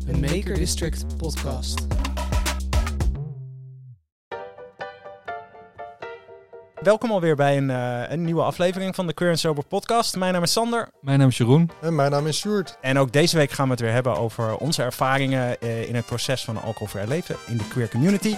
een Maker District podcast. Welkom alweer bij een nieuwe aflevering van de Queer & Sober podcast. Mijn naam is Sander. Mijn naam is Jeroen. En mijn naam is Sjoerd. En ook deze week gaan we het weer hebben over onze ervaringen in het proces van alcoholvrij leven in de queer community.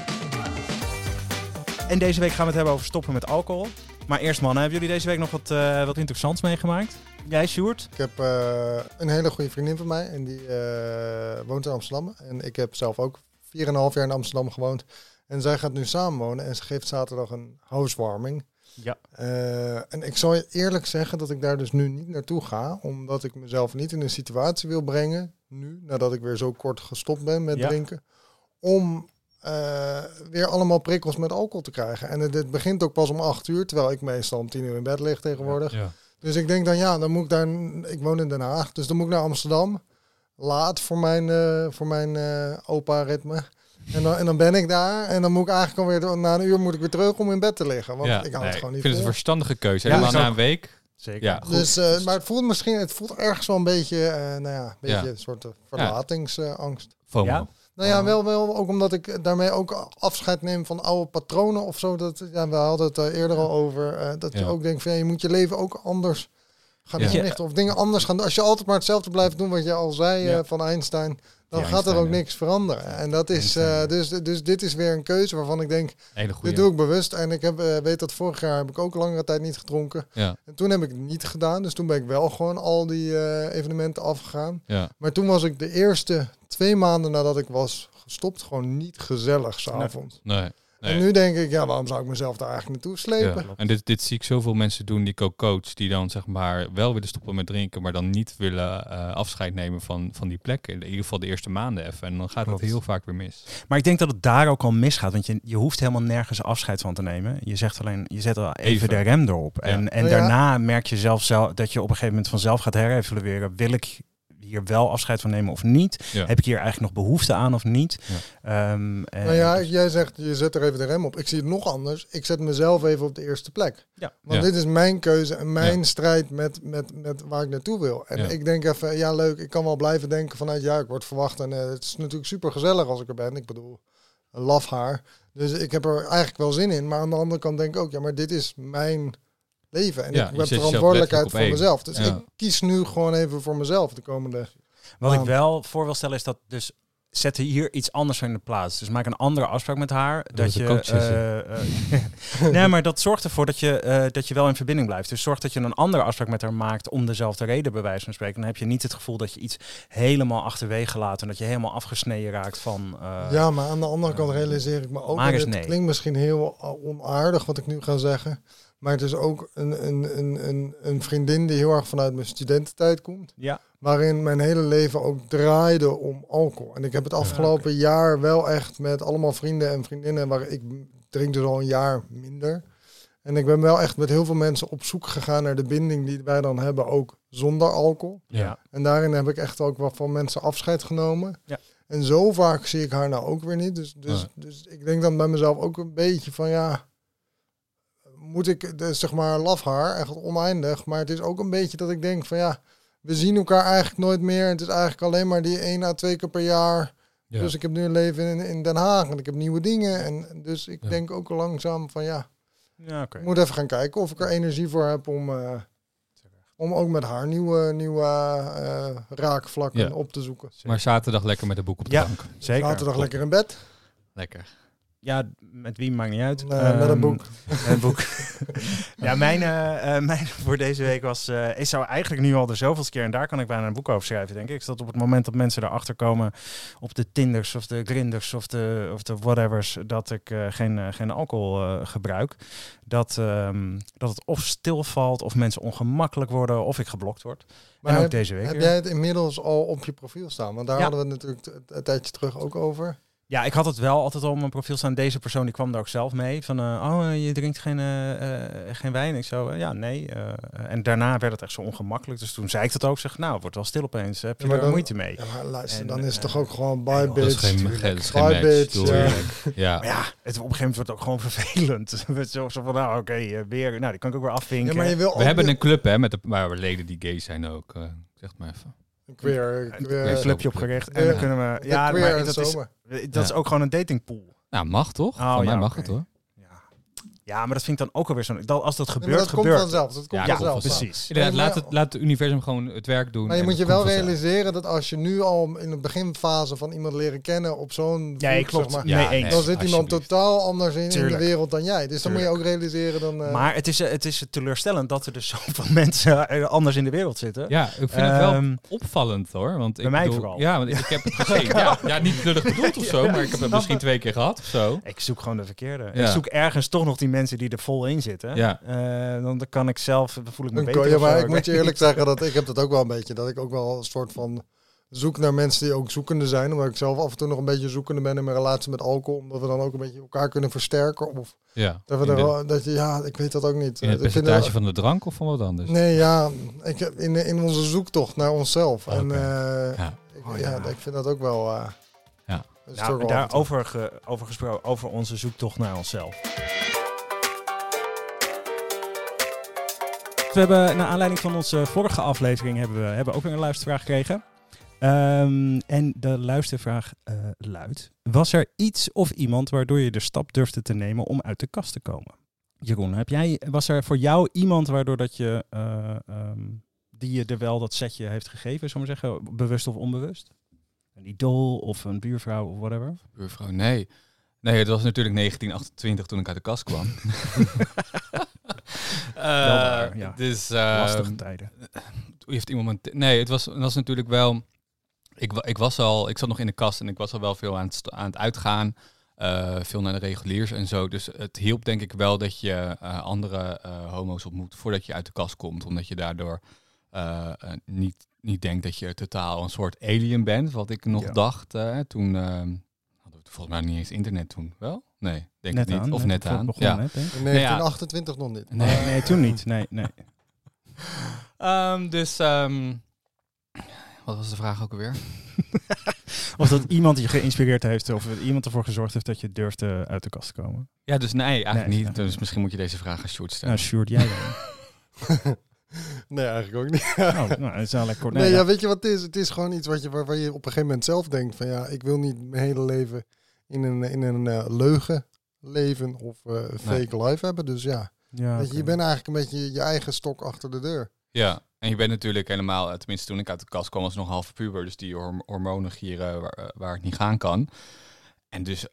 En deze week gaan we het hebben over stoppen met alcohol. Maar eerst mannen, hebben jullie deze week nog wat interessants meegemaakt? Jij, Sjoerd? Ik heb een hele goede vriendin van mij en die woont in Amsterdam. En ik heb zelf ook 4,5 jaar in Amsterdam gewoond. En zij gaat nu samenwonen en ze geeft zaterdag een housewarming. Ja. En ik zal je eerlijk zeggen dat ik daar dus nu niet naartoe ga. Omdat ik mezelf niet in een situatie wil brengen, nu, nadat ik weer zo kort gestopt ben met drinken, om weer allemaal prikkels met alcohol te krijgen. En het begint ook pas om 8 uur, terwijl ik meestal om 10 uur in bed lig tegenwoordig. Ja. Dus ik denk dan moet ik daar, ik woon in Den Haag, dus dan moet ik naar Amsterdam. Laat voor mijn opa-ritme. En dan ben ik daar en dan moet ik eigenlijk alweer, na een uur moet ik weer terug om in bed te liggen. Want ik hou het gewoon niet Ik vind het vol. een verstandige keuze. Ja, Helemaal dus na een week. Zeker. Ja, Dus, maar het voelt ergens wel een beetje, een soort verlatingsangst. FOMO. Ja? Nou ja, wel ook omdat ik daarmee ook afscheid neem van oude patronen of zo. We hadden het eerder al over. Dat je ook denkt van je moet je leven ook anders gaan inrichten. Of dingen anders gaan doen. Als je altijd maar hetzelfde blijft doen wat je al zei van Einstein, dan gaat er ook niks veranderen. En dat is dus dit is weer een keuze waarvan ik denk, dit doe ik bewust. En ik weet dat vorig jaar heb ik ook langere tijd niet gedronken. Ja. En toen heb ik het niet gedaan. Dus toen ben ik wel gewoon al die evenementen afgegaan. Ja. Maar toen was ik de eerste 2 maanden nadat ik was gestopt gewoon niet gezellig 's avonds. Nee. En nu denk ik, waarom zou ik mezelf daar eigenlijk naartoe slepen? Ja. En dit zie ik zoveel mensen doen die ik ook coach, die dan zeg maar wel willen stoppen met drinken, maar dan niet willen afscheid nemen van die plek. In ieder geval de eerste maanden even. En dan gaat het heel vaak weer mis. Maar ik denk dat het daar ook al misgaat. Want je hoeft helemaal nergens afscheid van te nemen. Je zegt alleen, je zet al even de rem erop. Ja. En daarna merk je zelf dat je op een gegeven moment vanzelf gaat herevalueren. Wil ik hier wel afscheid van nemen of niet? Ja. Heb ik hier eigenlijk nog behoefte aan of niet? Ja. Jij zegt, je zet er even de rem op. Ik zie het nog anders. Ik zet mezelf even op de eerste plek. Ja. Want dit is mijn keuze en mijn strijd met waar ik naartoe wil. En ik denk even, leuk, ik kan wel blijven denken vanuit, ik word verwacht. En het is natuurlijk super gezellig als ik er ben. Ik bedoel, een laf haar. Dus ik heb er eigenlijk wel zin in. Maar aan de andere kant denk ik ook, maar dit is mijn leven. En ik heb verantwoordelijkheid voor mezelf. Dus ik kies nu gewoon even voor mezelf de komende Wat ik wel voor wil stellen is dat dus zet hier iets anders in de plaats. Dus maak een andere afspraak met haar. Nee, maar dat zorgt ervoor dat je wel in verbinding blijft. Dus zorg dat je een andere afspraak met haar maakt om dezelfde reden bij wijze van spreken. Dan heb je niet het gevoel dat je iets helemaal achterwege laat en dat je helemaal afgesneden raakt van... maar aan de andere kant realiseer ik me ook... Maar het klinkt misschien heel onaardig wat ik nu ga zeggen. Maar het is ook een vriendin die heel erg vanuit mijn studententijd komt. Ja. Waarin mijn hele leven ook draaide om alcohol. En ik heb het afgelopen jaar wel echt met allemaal vrienden en vriendinnen... waar ik drink dus al een jaar minder. En ik ben wel echt met heel veel mensen op zoek gegaan naar de binding die wij dan hebben, ook zonder alcohol. Ja. En daarin heb ik echt ook wel van mensen afscheid genomen. Ja. En zo vaak zie ik haar nou ook weer niet. Dus ik denk dan bij mezelf ook een beetje van moet ik, zeg maar, laf haar, echt oneindig. Maar het is ook een beetje dat ik denk van we zien elkaar eigenlijk nooit meer. Het is eigenlijk alleen maar die 1 à 2 keer per jaar. Ja. Dus ik heb nu een leven in Den Haag en ik heb nieuwe dingen. En dus ik denk ook langzaam van ik moet even gaan kijken of ik er energie voor heb om ook met haar nieuwe raakvlakken op te zoeken. Maar zaterdag lekker met een boek op de bank. Zeker. Zaterdag lekker in bed. Lekker. Ja, met wie maakt niet uit. Met een boek. Een boek. Mijn voor deze week was... ik zou eigenlijk nu al de zoveelste keer... en daar kan ik bijna een boek over schrijven, denk ik. Dat op het moment dat mensen erachter komen... op de Tinders of de Grinders of de whatevers... dat ik geen alcohol gebruik. Dat het of stilvalt of mensen ongemakkelijk worden... of ik geblokt word. Maar en ook deze week. Heb jij het inmiddels al op je profiel staan? Want daar hadden we het natuurlijk een tijdje terug ook over... Ja, ik had het wel altijd al op mijn profiel staan. Deze persoon die kwam daar ook zelf mee. Van, je drinkt geen wijn. Ik zo, nee. En daarna werd het echt zo ongemakkelijk. Dus toen zei ik dat ook. Zeg, het wordt wel stil opeens. Heb je er moeite mee? Ja, maar luister, dan is het toch ook gewoon bye bitch. Dat is geen match. Ja. Maar het op een gegeven moment wordt het ook gewoon vervelend. Zo van, weer. Nou, die kan ik ook weer afvinken. Ja, maar we hebben een club, hè, waar leden die gay zijn ook. Zeg maar even. Een queer een clubje opgericht. En dan kunnen we... Ja, maar dat is ook gewoon een datingpool. Nou, mag toch? Van mij mag het hoor. Ja, maar dat vind ik dan ook alweer zo... Als dat gebeurt, dat gebeurt komt vanzelf. Dat komt vanzelf. Precies. Inderdaad, laat het universum gewoon het werk doen. Maar je moet je wel realiseren dat als je nu al in de beginfase van iemand leren kennen op zo'n... Ja, klopt. Zeg maar, dan zit iemand totaal anders in de wereld dan jij. Dus dan moet je ook realiseren dan... Maar het is teleurstellend dat er dus zoveel mensen anders in de wereld zitten. Ja, ik vind het wel opvallend hoor. Want bij mij vooral. Ja, want ik heb het gezien. Ja, niet lullig bedoeld of zo, maar ik heb het misschien 2 keer gehad of zo. Ik zoek gewoon de verkeerde. Ja. Ik zoek ergens toch nog die mensen die er vol in zitten. Ja. Dan kan ik zelf, voel ik me beter. Ja, maar ik moet je eerlijk zeggen dat ik heb dat ook wel een beetje. Dat ik ook wel een soort van zoek naar mensen die ook zoekende zijn. Omdat ik zelf af en toe nog een beetje zoekende ben in mijn relatie met alcohol. Omdat we dan ook een beetje elkaar kunnen versterken. Of dat we ik weet dat ook niet. In het percentage van de drank of van wat anders? Nee, ja. In onze zoektocht naar onszelf. Okay. En ik vind dat ook wel... daarover gesproken, over onze zoektocht naar onszelf. We hebben, naar aanleiding van onze vorige aflevering, hebben we ook weer een luistervraag gekregen. En de luistervraag luidt: was er iets of iemand waardoor je de stap durfde te nemen om uit de kast te komen? Jeroen, was er voor jou iemand waardoor dat je, die je er wel dat setje heeft gegeven, zullen we zeggen, bewust of onbewust? Een idool of een buurvrouw of whatever? Buurvrouw, nee. Nee, het was natuurlijk 1928 toen ik uit de kast kwam. Dus, lastige tijden. Heeft iemand nee, het was natuurlijk wel... Ik zat nog in de kast en ik was al wel veel aan het uitgaan. Veel naar de reguliers en zo. Dus het hielp denk ik wel dat je andere homo's ontmoet voordat je uit de kast komt. Omdat je daardoor niet denkt dat je totaal een soort alien bent. Wat ik nog dacht toen... hadden we volgens mij niet eens internet toen. Wel? Nee, denk ik niet. Of net aan. Ja. In 1928 nog niet. Nee, toen niet. Nee. Wat was de vraag ook alweer? Of dat iemand je geïnspireerd heeft of iemand ervoor gezorgd heeft dat je durfde uit de kast te komen? Ja, dus nee, eigenlijk niet. Dus misschien moet je deze vraag aan Sjoerd stellen. Sjoerd, jij dan? Nee, eigenlijk ook niet. Dat is wel lekker. Weet je wat het is? Het is gewoon iets waar je op een gegeven moment zelf denkt van ik wil niet mijn hele leven in een leugen leven of fake life hebben. Dus je bent eigenlijk een beetje je eigen stok achter de deur. Ja. En je bent natuurlijk helemaal, tenminste toen ik uit de kast kwam, was nog half puber. Dus die hormonen gieren waar het niet gaan kan. En dus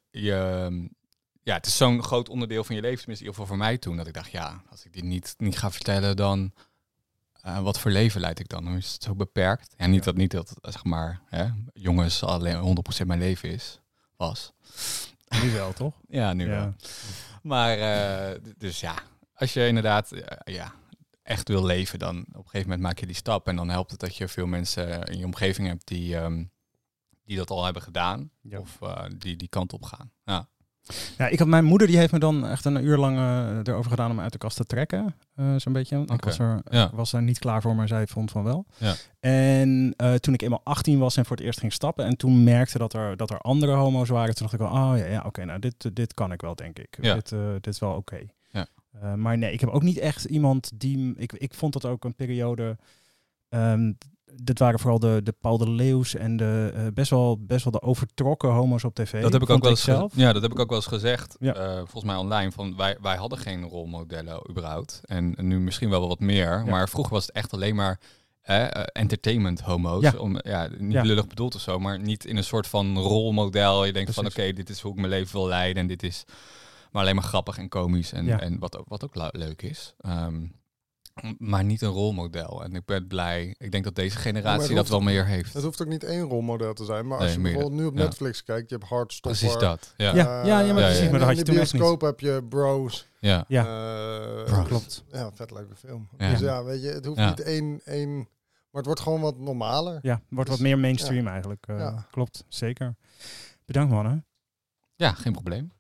het is zo'n groot onderdeel van je leven, tenminste in ieder geval voor mij toen, dat ik dacht, als ik dit niet ga vertellen, dan wat voor leven leid ik dan? Dan is het zo beperkt. Ja, niet dat zeg maar, jongens alleen 100% mijn leven was. Nu wel, toch? Ja, nu wel. Maar, dus als je inderdaad, echt wil leven, dan op een gegeven moment maak je die stap. En dan helpt het dat je veel mensen in je omgeving hebt die dat al hebben gedaan. Ja. Of die kant op gaan. Ja. Ja, mijn moeder die heeft me dan echt een uur lang erover gedaan om uit de kast te trekken. Zo'n beetje. Okay. Ik was daar niet klaar voor, maar zij vond van wel. Ja. En toen ik eenmaal 18 was en voor het eerst ging stappen en toen merkte dat er andere homo's waren, toen dacht ik wel, oké, nou dit kan ik wel, denk ik. Ja. Dit is wel oké. Ja. Maar nee, ik heb ook niet echt iemand die... Ik vond dat ook een periode... dit waren vooral de Paul de Leeuws en de best wel de overtrokken homo's op tv. Dat heb ik ook wel eens zelf. Ja, dat heb ik ook wel eens gezegd. Ja. Volgens mij online. Van wij hadden geen rolmodellen überhaupt. En nu misschien wel wat meer. Ja. Maar vroeger was het echt alleen maar entertainment homo's. Ja. Niet lullig bedoeld of zo, maar niet in een soort van rolmodel. Je denkt van oké, dit is hoe ik mijn leven wil leiden en dit is maar alleen maar grappig en komisch en wat ook leuk is. Maar niet een rolmodel. En ik ben blij. Ik denk dat deze generatie dat wel meer heeft. Het hoeft ook niet één rolmodel te zijn. Maar als je bijvoorbeeld nu op Netflix kijkt, je hebt Heartstopper. Precies dat. Ja, maar precies. Maar dat had je toen echt niet. In de bioscoop heb je Bros. Ja. Klopt. Ja, vet leuke film. Ja. Dus weet je, het hoeft niet één... Maar het wordt gewoon wat normaler. Ja, wordt wat meer mainstream eigenlijk. Klopt, zeker. Bedankt, mannen. Ja, geen probleem.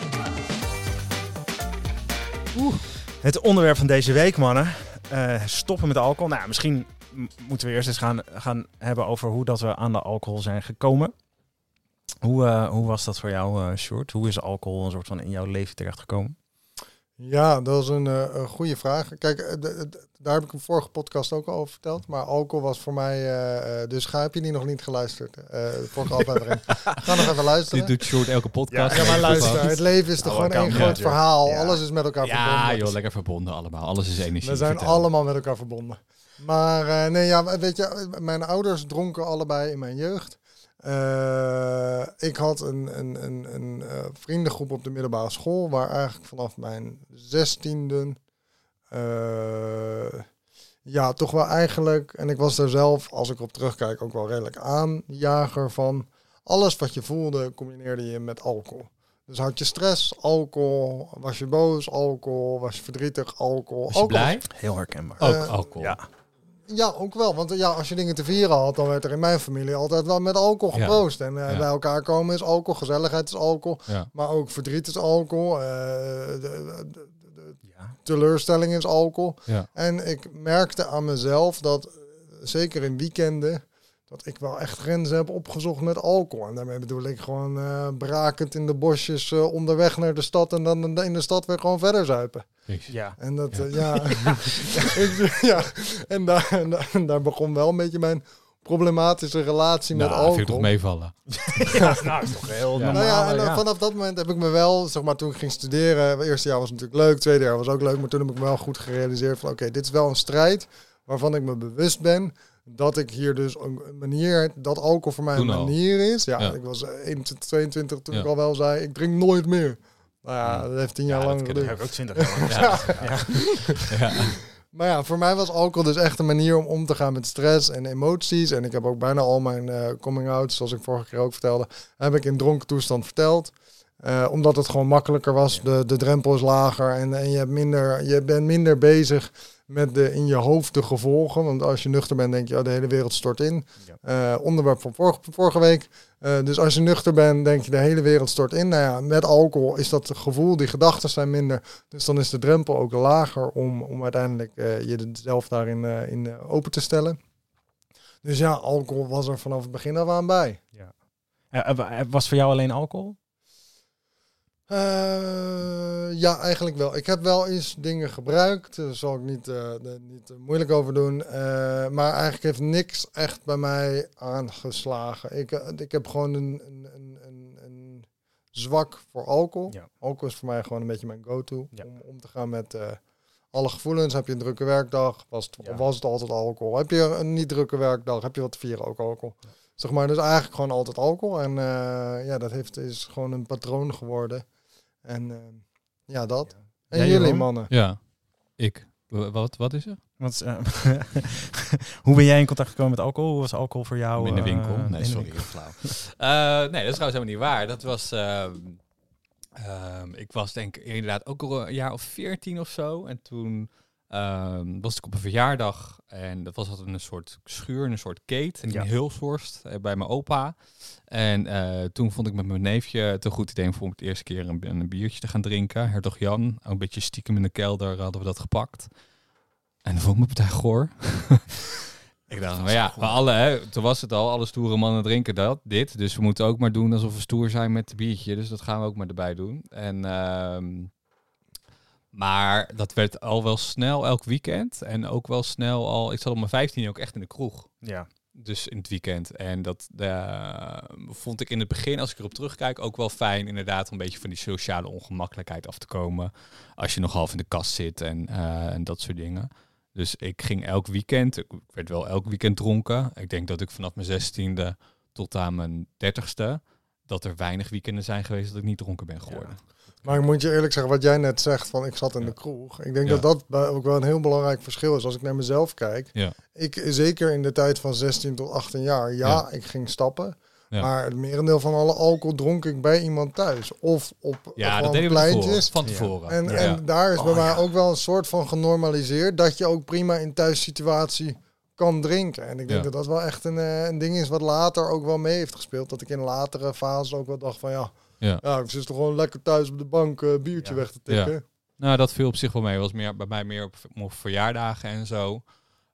Het onderwerp van deze week, mannen. Stoppen met alcohol. Nou, misschien moeten we eerst eens gaan hebben over hoe dat we aan de alcohol zijn gekomen. Hoe was dat voor jou, Sjoerd? Hoe is alcohol een soort van in jouw leven terechtgekomen? Ja, dat is een goede vraag. Kijk, daar heb ik een vorige podcast ook al over verteld. Maar alcohol was voor mij... dus heb je die nog niet geluisterd? De vorige aflevering. Ga nog even luisteren. Dit doet Short elke podcast. Ja, maar luister. Het leven is toch gewoon één groot verhaal. Ja. Alles is met elkaar verbonden. Ja, joh, lekker verbonden allemaal. Alles is energie. We zijn Vertel. allemaal met elkaar verbonden. Maar weet je, mijn ouders dronken allebei in mijn jeugd. Ik had een vriendengroep op de middelbare school, waar eigenlijk vanaf mijn 16e, toch wel eigenlijk, en ik was daar zelf, als ik op terugkijk, ook wel redelijk aanjager van. Alles wat je voelde, combineerde je met alcohol. Dus had je stress, alcohol. Was je boos, alcohol. Was je verdrietig, alcohol. Was je blij? Heel herkenbaar. Ook alcohol. Ja. Ja, ook wel. Want als je dingen te vieren had, dan werd er in mijn familie altijd wel met alcohol geproost. En bij elkaar komen is alcohol, gezelligheid is alcohol. Ja. Maar ook verdriet is alcohol. Teleurstelling is alcohol. Ja. En ik merkte aan mezelf dat, zeker in weekenden, dat ik wel echt grenzen heb opgezocht met alcohol. En daarmee bedoel ik gewoon brakend in de bosjes onderweg naar de stad en dan in de stad weer gewoon verder zuipen. Ja. En dat, en daar begon wel een beetje mijn problematische relatie met alcohol. Vind je toch meevallen? Ja, is toch heel normaal. En vanaf dat moment heb ik me wel, zeg maar, toen ik ging studeren, het eerste jaar was natuurlijk leuk, het tweede jaar was ook leuk, maar toen heb ik me wel goed gerealiseerd van oké, dit is wel een strijd waarvan ik me bewust ben dat ik hier dus een manier, dat alcohol voor mij een manier is. Ja, ik was 21, 22 toen ik al wel zei, ik drink nooit meer. Nou ja, dat heeft 10 jaar lang geduurd. Dat heb ik ook 20 jaar lang. Maar ja, voor mij was alcohol dus echt een manier om om te gaan met stress en emoties. En ik heb ook bijna al mijn coming-outs, zoals ik vorige keer ook vertelde, heb ik in dronken toestand verteld. Omdat het gewoon makkelijker was. De drempel is lager en je bent minder bezig met in je hoofd de gevolgen. Want als je nuchter bent, denk je, de hele wereld stort in. Ja. Onderwerp van vorige week. Dus als je nuchter bent, denk je, de hele wereld stort in. Nou ja, met alcohol is dat gevoel, die gedachten zijn minder. Dus dan is de drempel ook lager om uiteindelijk jezelf daarin in open te stellen. Dus ja, alcohol was er vanaf het begin af aan bij. Ja. Was voor jou alleen alcohol? Ja, eigenlijk wel. Ik heb wel eens dingen gebruikt. Daar zal ik niet moeilijk over doen. Maar eigenlijk heeft niks echt bij mij aangeslagen. Ik heb gewoon een zwak voor alcohol. Ja. Alcohol is voor mij gewoon een beetje mijn go-to. Ja. Om te gaan met alle gevoelens. Heb je een drukke werkdag? Was het altijd alcohol? Heb je een niet drukke werkdag? Heb je wat te vieren? Ook alcohol. Ja. Zeg maar, dus eigenlijk gewoon altijd alcohol. En dat is gewoon een patroon geworden. En dat. Ja. En jullie mannen? Ja, ik. Wat is er? Hoe ben jij in contact gekomen met alcohol? Hoe was alcohol voor jou? In de winkel? Nee, sorry, heel flauw. Nee, dat is trouwens helemaal niet waar. Dat was... ik was denk ik inderdaad ook al een jaar of 14 of zo. En toen was ik op een verjaardag. En dat was altijd een soort schuur, een soort keet. En in Hulshorst, bij mijn opa. En toen vond ik met mijn neefje te goed idee om het eerste keer een biertje te gaan drinken. Hertog Jan, ook een beetje stiekem in de kelder hadden we dat gepakt. En dan vond ik mijn partij goor. Ik dacht, maar ja, we alle, toen was het al, alle stoere mannen drinken dit. Dus we moeten ook maar doen alsof we stoer zijn met het biertje. Dus dat gaan we ook maar erbij doen. En, maar dat werd al wel snel elk weekend. En ook wel snel al, ik zat op mijn 15 ook echt in de kroeg. Ja. Dus in het weekend. En dat vond ik in het begin, als ik erop terugkijk, ook wel fijn. Inderdaad, om een beetje van die sociale ongemakkelijkheid af te komen. Als je nog half in de kast zit en dat soort dingen. Dus ik ging elk weekend, ik werd wel elk weekend dronken. Ik denk dat ik vanaf mijn 16e tot aan mijn 30ste, dat er weinig weekenden zijn geweest dat ik niet dronken ben geworden. Ja. Maar ik moet je eerlijk zeggen, wat jij net zegt, van ik zat in de kroeg. Ik denk dat ook wel een heel belangrijk verschil is. Als ik naar mezelf kijk, ik zeker in de tijd van 16 tot 18 jaar, ik ging stappen. Ja. Maar het merendeel van alle alcohol dronk ik bij iemand thuis. Of op dat pleintjes. Van tevoren. En daar is bij mij ook wel een soort van genormaliseerd dat je ook prima in thuissituatie kan drinken. En ik denk dat dat wel echt een ding is wat later ook wel mee heeft gespeeld. Dat ik in latere fases ook wel dacht van ik zit toch gewoon lekker thuis op de bank biertje weg te tikken. Ja. Nou, dat viel op zich wel mee. Was bij mij meer op verjaardagen en zo.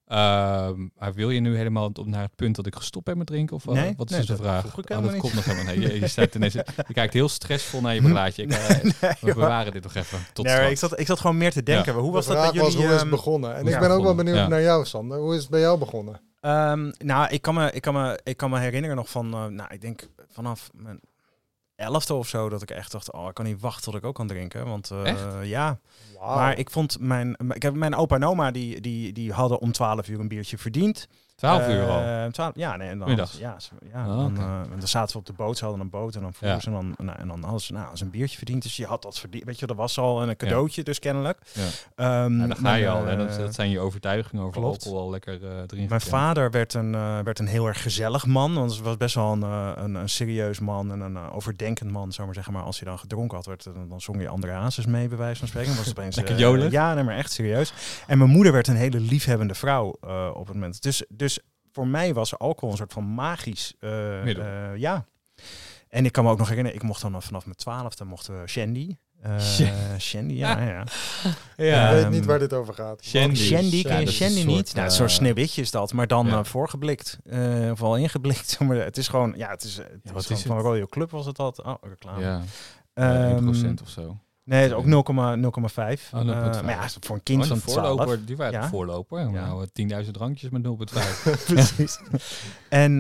Maar wil je nu helemaal op naar het punt dat ik gestopt ben met drinken? Of Nee, wat is nee, dus de vraag? vroeg ik Dat helemaal komt nog helemaal niet. Je staat ineens, je kijkt heel stressvol naar je blaadje. We bewaren dit nog even. Tot straks. Ik zat gewoon meer te denken. Hoe was de dat vraag bij jullie? was, hoe is het begonnen? En hoe ik is ben ook wel begonnen? benieuwd Ja. naar jou, Sander. Hoe is het bij jou begonnen? Nou, ik kan me herinneren nog van, ik denk vanaf mijn 11e of zo, dat ik echt dacht, ik kan niet wachten tot ik ook kan drinken. Want ja, Wauw. maar ik vond mijn opa en oma, die hadden om 12 uur een biertje verdiend. 12 uur al. 12, ja, nee. En dan, Middags. Dan zaten we op de boot, ze hadden een boot en dan voeren ze en dan hadden ze als een biertje verdiend. Dus je had dat verdiend. Weet je, dat was al een cadeautje dus kennelijk. Ja. Dan ga je al. Hè? Dat zijn je overtuigingen over klopt. alcohol al lekker erin. Mijn vader werd een heel erg gezellig man. Want het was best wel een serieus man en een overdenkend man, zou maar zeggen. Maar als hij dan gedronken had, dan zong je André Hazes mee, bij wijze van spreken. Was het opeens lekker jolig. Ja, nee, maar echt serieus. En mijn moeder werd een hele liefhebbende vrouw op het moment. Dus voor mij was alcohol een soort van magisch middel. Ja. En ik kan me ook nog herinneren, ik mocht dan vanaf mijn 12e mochten we Shandy. Shandy, ja. Ik weet niet waar dit over gaat. Shandy, ken je dat is Shandy een niet? soort, Nou, een soort sneeuwwitje is dat, maar dan voorgeblikt. Of al ingeblikt. Maar het is gewoon, het is gewoon van Royal Club was het altijd. Oh, reclame. Ja, 1% of zo. Nee, het is ook 0,5. Oh, 0,5. Maar ja, voor een kind van 12. Die waren de voorloper. Ja. Nou, 10.000 drankjes met 0,5. Precies. En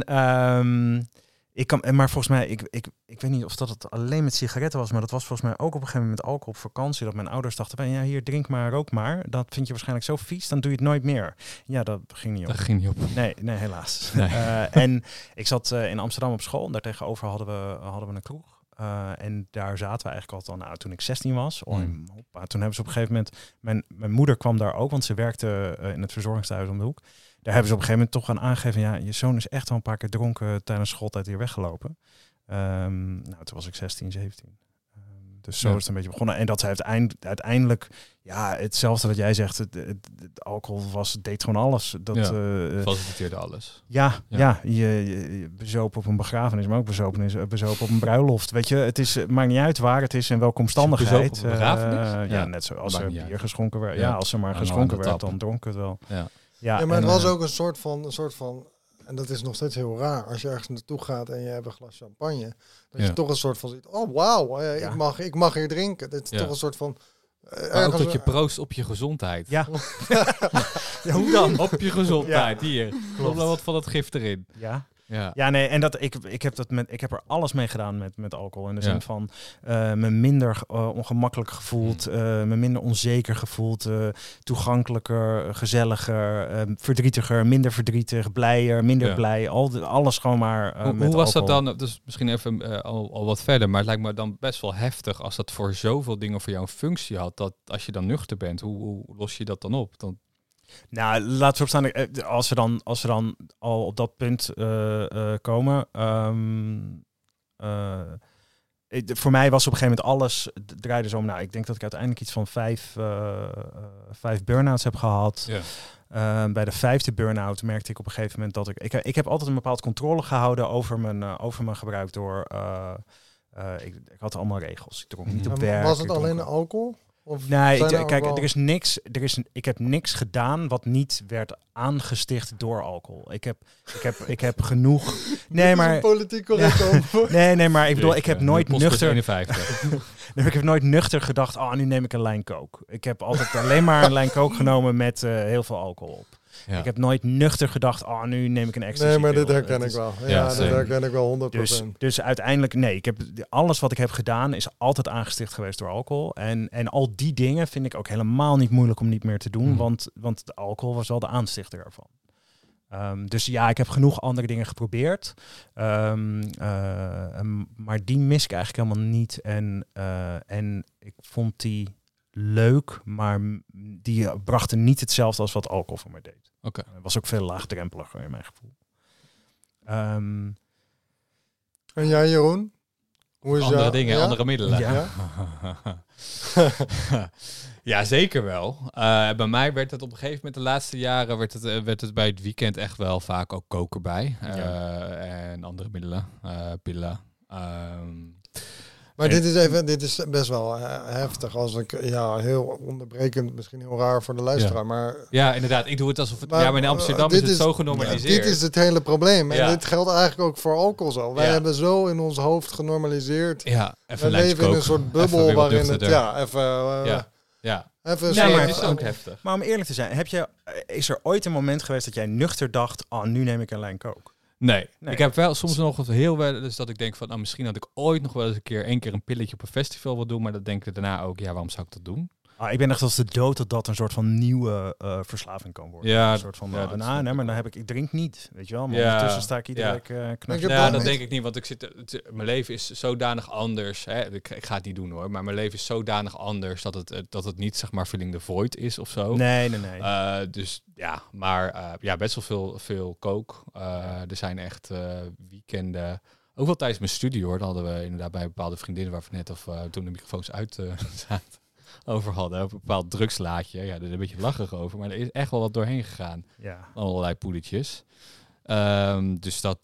maar volgens mij, ik weet niet of dat het alleen met sigaretten was, maar dat was volgens mij ook op een gegeven moment met alcohol op vakantie, dat mijn ouders dachten, ja, hier, drink maar, rook maar. Dat vind je waarschijnlijk zo vies, dan doe je het nooit meer. Ja, dat ging niet op. Dat ging niet op. Nee, helaas. Nee. En ik zat in Amsterdam op school en daar tegenover hadden we een kroeg. En daar zaten we eigenlijk al toen ik 16 was. Toen hebben ze op een gegeven moment... Mijn moeder kwam daar ook, want ze werkte in het verzorgingstehuis om de hoek. Daar hebben ze op een gegeven moment toch gaan aangegeven... ja, je zoon is echt wel een paar keer dronken tijdens schooltijd hier weggelopen. Toen was ik 16, 17. Dus zo is het een beetje begonnen. En dat ze uiteindelijk... Ja, hetzelfde wat jij zegt. Het alcohol deed gewoon alles. Faciliteerde alles. Ja. Je bezopen op een begrafenis, maar ook bezopen op een bruiloft. Weet je, het maakt niet uit waar het is en welke omstandigheid. Bezopen op een begrafenis? Net zoals er bier geschonken werd. Ja. Ja, als er maar geschonken werd, dan dronk het wel. Ja. Maar het was ook een soort van, en dat is nog steeds heel raar, als je ergens naartoe gaat en je hebt een glas champagne, dat je toch een soort van ziet, oh wauw, ik mag hier drinken. Dat is toch een soort van... ook dat je proost op je gezondheid. Ja. Hoe dan? Op je gezondheid, hier. Klopt. Wat van dat gif erin. Ja, nee, en ik heb er alles mee gedaan met alcohol. In de zin van me minder ongemakkelijk gevoeld, me minder onzeker gevoeld, toegankelijker, gezelliger, verdrietiger, minder verdrietig, blijer, minder blij. Alles gewoon maar hoe was dat dan? Dus misschien even al wat verder, maar het lijkt me dan best wel heftig als dat voor zoveel dingen voor jou een functie had, dat als je dan nuchter bent, hoe los je dat dan op? Nou, laten we opstaan. Als we dan al op dat punt komen. Voor mij was op een gegeven moment alles draaide zo om. Nou, ik denk dat ik uiteindelijk iets van 5 burn-outs heb gehad. Ja. Bij de 5e burn-out merkte ik op een gegeven moment dat ik heb altijd een bepaald controle gehouden over mijn gebruik door. Ik had allemaal regels. Ik dronk niet op werk. Was het alleen alcohol? Of nee, kijk, er is niks. Ik heb niks gedaan wat niet werd aangesticht door alcohol. Ik heb genoeg. Nee, maar politiek correct antwoord. Nee, maar ik bedoel, ik heb nooit nuchter. Ik heb nooit nuchter gedacht. Nu neem ik een lijn coke. Ik heb altijd alleen maar een lijn coke genomen met heel veel alcohol op. Ja. Ik heb nooit nuchter gedacht, nu neem ik een extra. Nee, maar dit herken ik wel. Ja, dat herken ik wel 100%. Dus uiteindelijk, nee, ik heb alles wat ik heb gedaan is altijd aangesticht geweest door alcohol. En al die dingen vind ik ook helemaal niet moeilijk om niet meer te doen, want de alcohol was wel de aanstichter ervan. Dus ja, ik heb genoeg andere dingen geprobeerd. Maar die mis ik eigenlijk helemaal niet. En ik vond die leuk, maar die brachten niet hetzelfde als wat alcohol voor mij deed. Okay. Was ook veel laagdrempeliger in mijn gevoel. En jij, Jeroen? Hoe is andere dingen, andere middelen. Ja. Ja, zeker wel. Bij mij werd het op een gegeven moment de laatste jaren werd het bij het weekend echt wel vaak ook koken bij. En andere middelen, pillen. Maar dit is best wel heftig. Als ik heel onderbrekend, misschien heel raar voor de luisteraar. Maar ja, inderdaad. Ik doe het alsof het. Maar in Amsterdam is het zo genormaliseerd. Dit is het hele probleem. En dit geldt eigenlijk ook voor alcohol zo. Wij hebben zo in ons hoofd genormaliseerd. Ja, we leven in een soort bubbel waarin het maar het is ook heftig. Maar om eerlijk te zijn, is er ooit een moment geweest dat jij nuchter dacht, nu neem ik een lijn coke? Nee. Ik heb wel soms nog heel wel dus dat ik denk van, misschien had ik ooit nog wel eens één keer een pilletje op een festival wil doen, maar dat denk ik daarna ook, waarom zou ik dat doen? Ik ben echt als de dood dat een soort van nieuwe verslaving kan worden. Ja, een soort van, maar dan ik drink niet, weet je wel. Maar ondertussen sta ik iedere week knap. Ja, dat denk ik niet, want mijn leven is zodanig anders. Hè, ik ga het niet doen hoor, maar mijn leven is zodanig anders dat het niet zeg maar filling the void is of zo. Nee. Dus ja, maar best wel veel coke. Er zijn echt weekenden. Ook wel tijdens mijn studie hoor. Dan hadden we inderdaad bij bepaalde vriendinnen waar we net toen de microfoons uit zaten over hadden. Een bepaald drugslaatje. Ja, daar is een beetje lachig over. Maar er is echt wel wat doorheen gegaan. Ja. Allerlei poedertjes. Dus dat,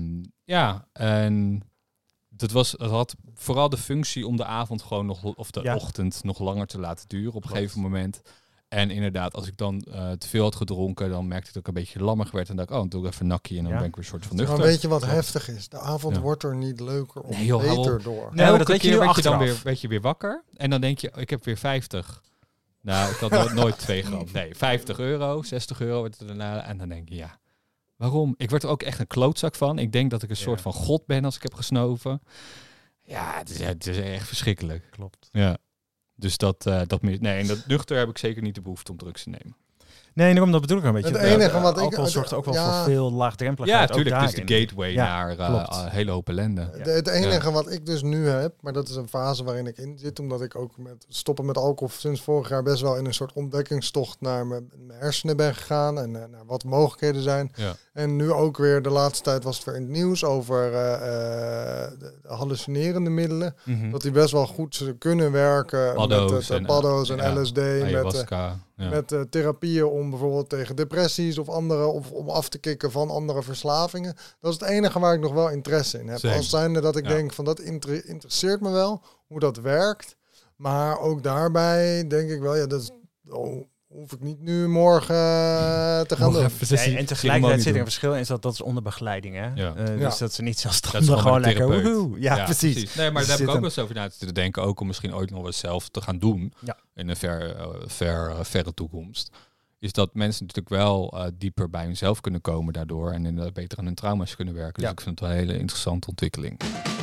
en dat had vooral de functie om de avond gewoon nog, of de ochtend nog langer te laten duren op een gegeven moment. En inderdaad, als ik dan te veel had gedronken, dan merkte ik dat ik een beetje lammig werd. En dacht ik, dan doe ik even een nakkie en dan ben ik weer een soort van nuchter. Maar weet je wat heftig is? De avond wordt er niet leuker of beter door. Nee, maar dat weet je nu achteraf. Werd je weer wakker en dan denk je, ik heb weer 50. Nou, ik had nooit 2 gram. Nee, €50, €60 wordt het daarna. En dan denk je, waarom? Ik word er ook echt een klootzak van. Ik denk dat ik een soort van god ben als ik heb gesnoven. Ja, het is echt verschrikkelijk. Klopt. Ja. Dus dat nuchter heb ik zeker niet de behoefte om drugs te nemen. Nee, dat bedoel ik een beetje. Het enige wat alcohol zorgt ook wel voor veel laagdrempeligheid. Ja, natuurlijk. Het is de gateway naar een hele hoop ellende. Het enige wat ik dus nu heb, maar dat is een fase waarin ik in zit, omdat ik ook met stoppen met alcohol sinds vorig jaar best wel in een soort ontdekkingstocht naar mijn hersenen ben gegaan en naar wat mogelijkheden zijn. Ja. En nu ook weer, de laatste tijd was het weer in het nieuws over de hallucinerende middelen. Mm-hmm. Dat die best wel goed kunnen werken met paddo's en LSD, met therapieën om bijvoorbeeld tegen depressies of andere, of om af te kicken van andere verslavingen. Dat is het enige waar ik nog wel interesse in heb. Same. Als zijnde dat ik denk van dat interesseert me wel, hoe dat werkt. Maar ook daarbij denk ik wel, dat is, hoef ik niet nu morgen te gaan doen. En tegelijkertijd zit er een verschil in dat is onder begeleiding. Hè? Ja. Dus dat ze niet zelfstandig gewoon lekker... Ja, precies. Nee, maar daar heb ik ook wel eens over na te denken. Ook om misschien ooit nog wel zelf te gaan doen. Ja. In een verre toekomst. Is dat mensen natuurlijk wel dieper bij hunzelf kunnen komen daardoor. En inderdaad beter aan hun trauma's kunnen werken. Dus ik vind het wel een hele interessante ontwikkeling.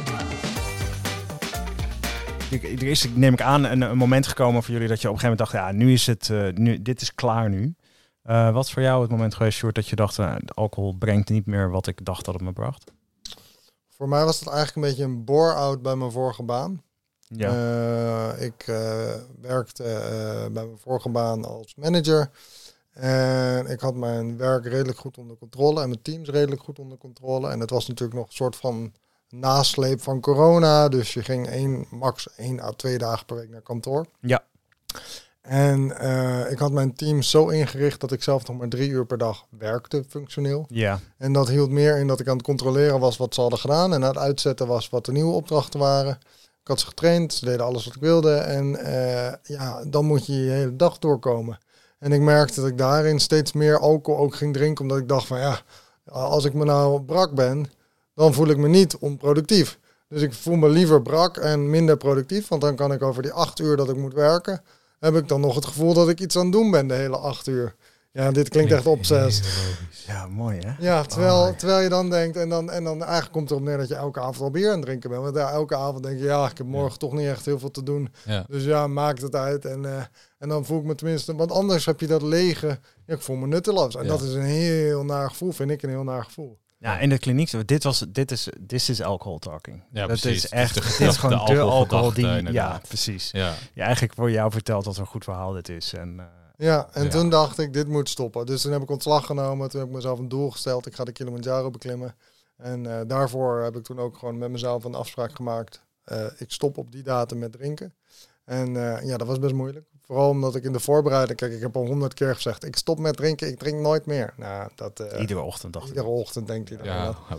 Er is, neem ik aan, een moment gekomen voor jullie dat je op een gegeven moment dacht, nu is het, dit is klaar nu. Wat is voor jou het moment geweest, Sjoerd, dat je dacht, alcohol brengt niet meer wat ik dacht dat het me bracht? Voor mij was het eigenlijk een beetje een bore-out bij mijn vorige baan. Ja. Ik werkte bij mijn vorige baan als manager. En ik had mijn werk redelijk goed onder controle en mijn teams redelijk goed onder controle. En het was natuurlijk nog een soort van nasleep van corona. Dus je ging max 1 à 2 dagen per week naar kantoor. Ja. En ik had mijn team zo ingericht dat ik zelf nog maar 3 uur per dag werkte, functioneel. Ja. En dat hield meer in dat ik aan het controleren was wat ze hadden gedaan. En aan het uitzetten was wat de nieuwe opdrachten waren. Ik had ze getraind, ze deden alles wat ik wilde. En dan moet je je hele dag doorkomen. En ik merkte dat ik daarin steeds meer alcohol ook ging drinken. Omdat ik dacht van als ik me nou brak ben, dan voel ik me niet onproductief. Dus ik voel me liever brak en minder productief. Want dan kan ik over die 8 uur dat ik moet werken, heb ik dan nog het gevoel dat ik iets aan het doen ben de hele 8 uur. Ja, dit klinkt echt obsessed. Ja, mooi hè? Ja, terwijl je dan denkt, en dan eigenlijk komt het erop neer dat je elke avond al bier aan het drinken bent. Want elke avond denk je, ik heb morgen toch niet echt heel veel te doen. Ja. Dus maakt het uit. En dan voel ik me tenminste, want anders heb je dat lege, ik voel me nutteloos. En dat is een heel naar gevoel, vind ik een heel naar gevoel. Ja, in de kliniek, dit is alcohol talking. Ja, dat precies. Is echt, dit is gewoon de alcohol die... Ja, precies. Ja. Je eigenlijk voor jou vertelt dat er een goed verhaal dit is. En toen dacht ik, dit moet stoppen. Dus toen heb ik ontslag genomen. Toen heb ik mezelf een doel gesteld. Ik ga de Kilimanjaro beklimmen. En daarvoor heb ik toen ook gewoon met mezelf een afspraak gemaakt. Ik stop op die datum met drinken. En dat was best moeilijk. Vooral omdat ik in de voorbereiding... Kijk, ik heb al 100 keer gezegd, ik stop met drinken. Ik drink nooit meer. Nou, iedere ochtend dacht ik. Iedere ochtend denkt iedereen dat. Houd toch op.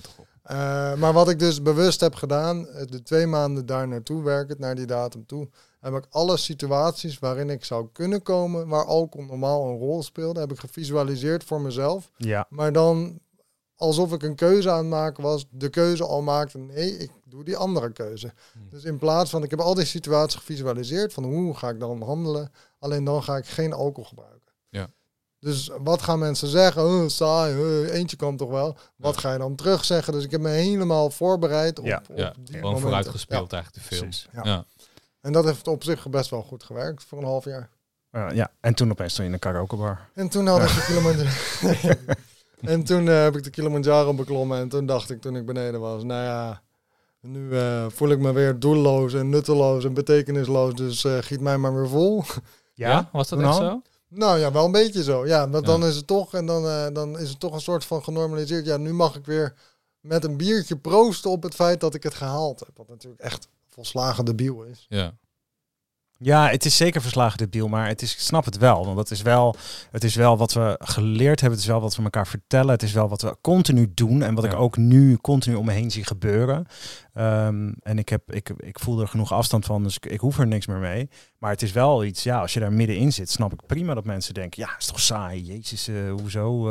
Maar wat ik dus bewust heb gedaan, de 2 maanden daar naartoe werkend, naar die datum toe, heb ik alle situaties waarin ik zou kunnen komen, waar alcohol normaal een rol speelde, heb ik gevisualiseerd voor mezelf. Ja. Maar dan alsof ik een keuze aan het maken was, de keuze al maakte, nee, ik doe die andere keuze. Dus in plaats van, ik heb al die situaties gevisualiseerd, van hoe ga ik dan handelen, alleen dan ga ik geen alcohol gebruiken. Ja. Dus wat gaan mensen zeggen? Saai, eentje kan toch wel. Wat ga je dan terug zeggen? Dus ik heb me helemaal voorbereid op, Ja. op die Gewoon momenten. vooruitgespeeld eigenlijk de film. Precies. Ja. Ja. En dat heeft op zich best wel goed gewerkt voor een half jaar. Ja, en toen opeens stond je in een karaokebar. En toen had ik de Kilimanjaro. En toen heb ik de Kilimanjaro beklommen. En toen dacht ik, toen ik beneden was, nou ja, nu voel ik me weer doelloos en nutteloos en betekenisloos. Dus giet mij maar weer vol. Ja, was dat toen echt al? zo? Nou ja, wel een beetje zo. Ja, want Ja. dan is het toch, en dan is het toch een soort van genormaliseerd. Ja, nu mag ik weer met een biertje proosten op het feit dat ik het gehaald heb. Wat natuurlijk echt volslagen debiel is. Ja. Ja, het is zeker verslagen debiel, maar ik snap het wel. Want het is wel wat we geleerd hebben. Het is wel wat we elkaar vertellen. Het is wel wat we continu doen. En wat ik ook nu continu om me heen zie gebeuren. En ik voel er genoeg afstand van, dus ik hoef er niks meer mee. Maar het is wel iets, ja, als je daar middenin zit, snap ik prima dat mensen denken, ja, is toch saai, jezus, hoezo?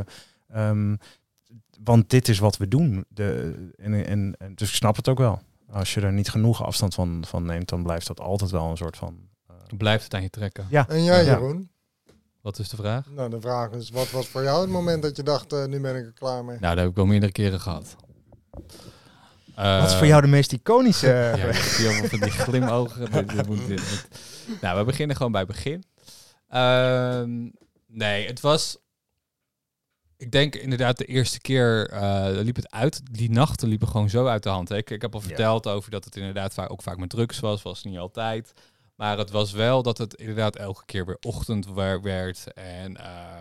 Want dit is wat we doen. Dus ik snap het ook wel. Als je er niet genoeg afstand van neemt, dan blijft dat altijd wel een soort van... Blijft het aan je trekken. Ja. En jij, Ja. Jeroen? Wat is de vraag? Nou, de vraag is, wat was voor jou het moment dat je dacht, nu ben ik er klaar mee? Nou, dat heb ik wel meerdere keren gehad. Wat is voor jou de meest iconische... Ja, ik zie allemaal van die glimogen. Dit. Nou, we beginnen gewoon bij het begin. Nee, het was... Ik denk inderdaad de eerste keer liep het uit. Die nachten liepen gewoon zo uit de hand. Hè. Ik heb al verteld over dat het inderdaad ook vaak met drugs was niet altijd. Maar het was wel dat het inderdaad elke keer weer ochtend werd. En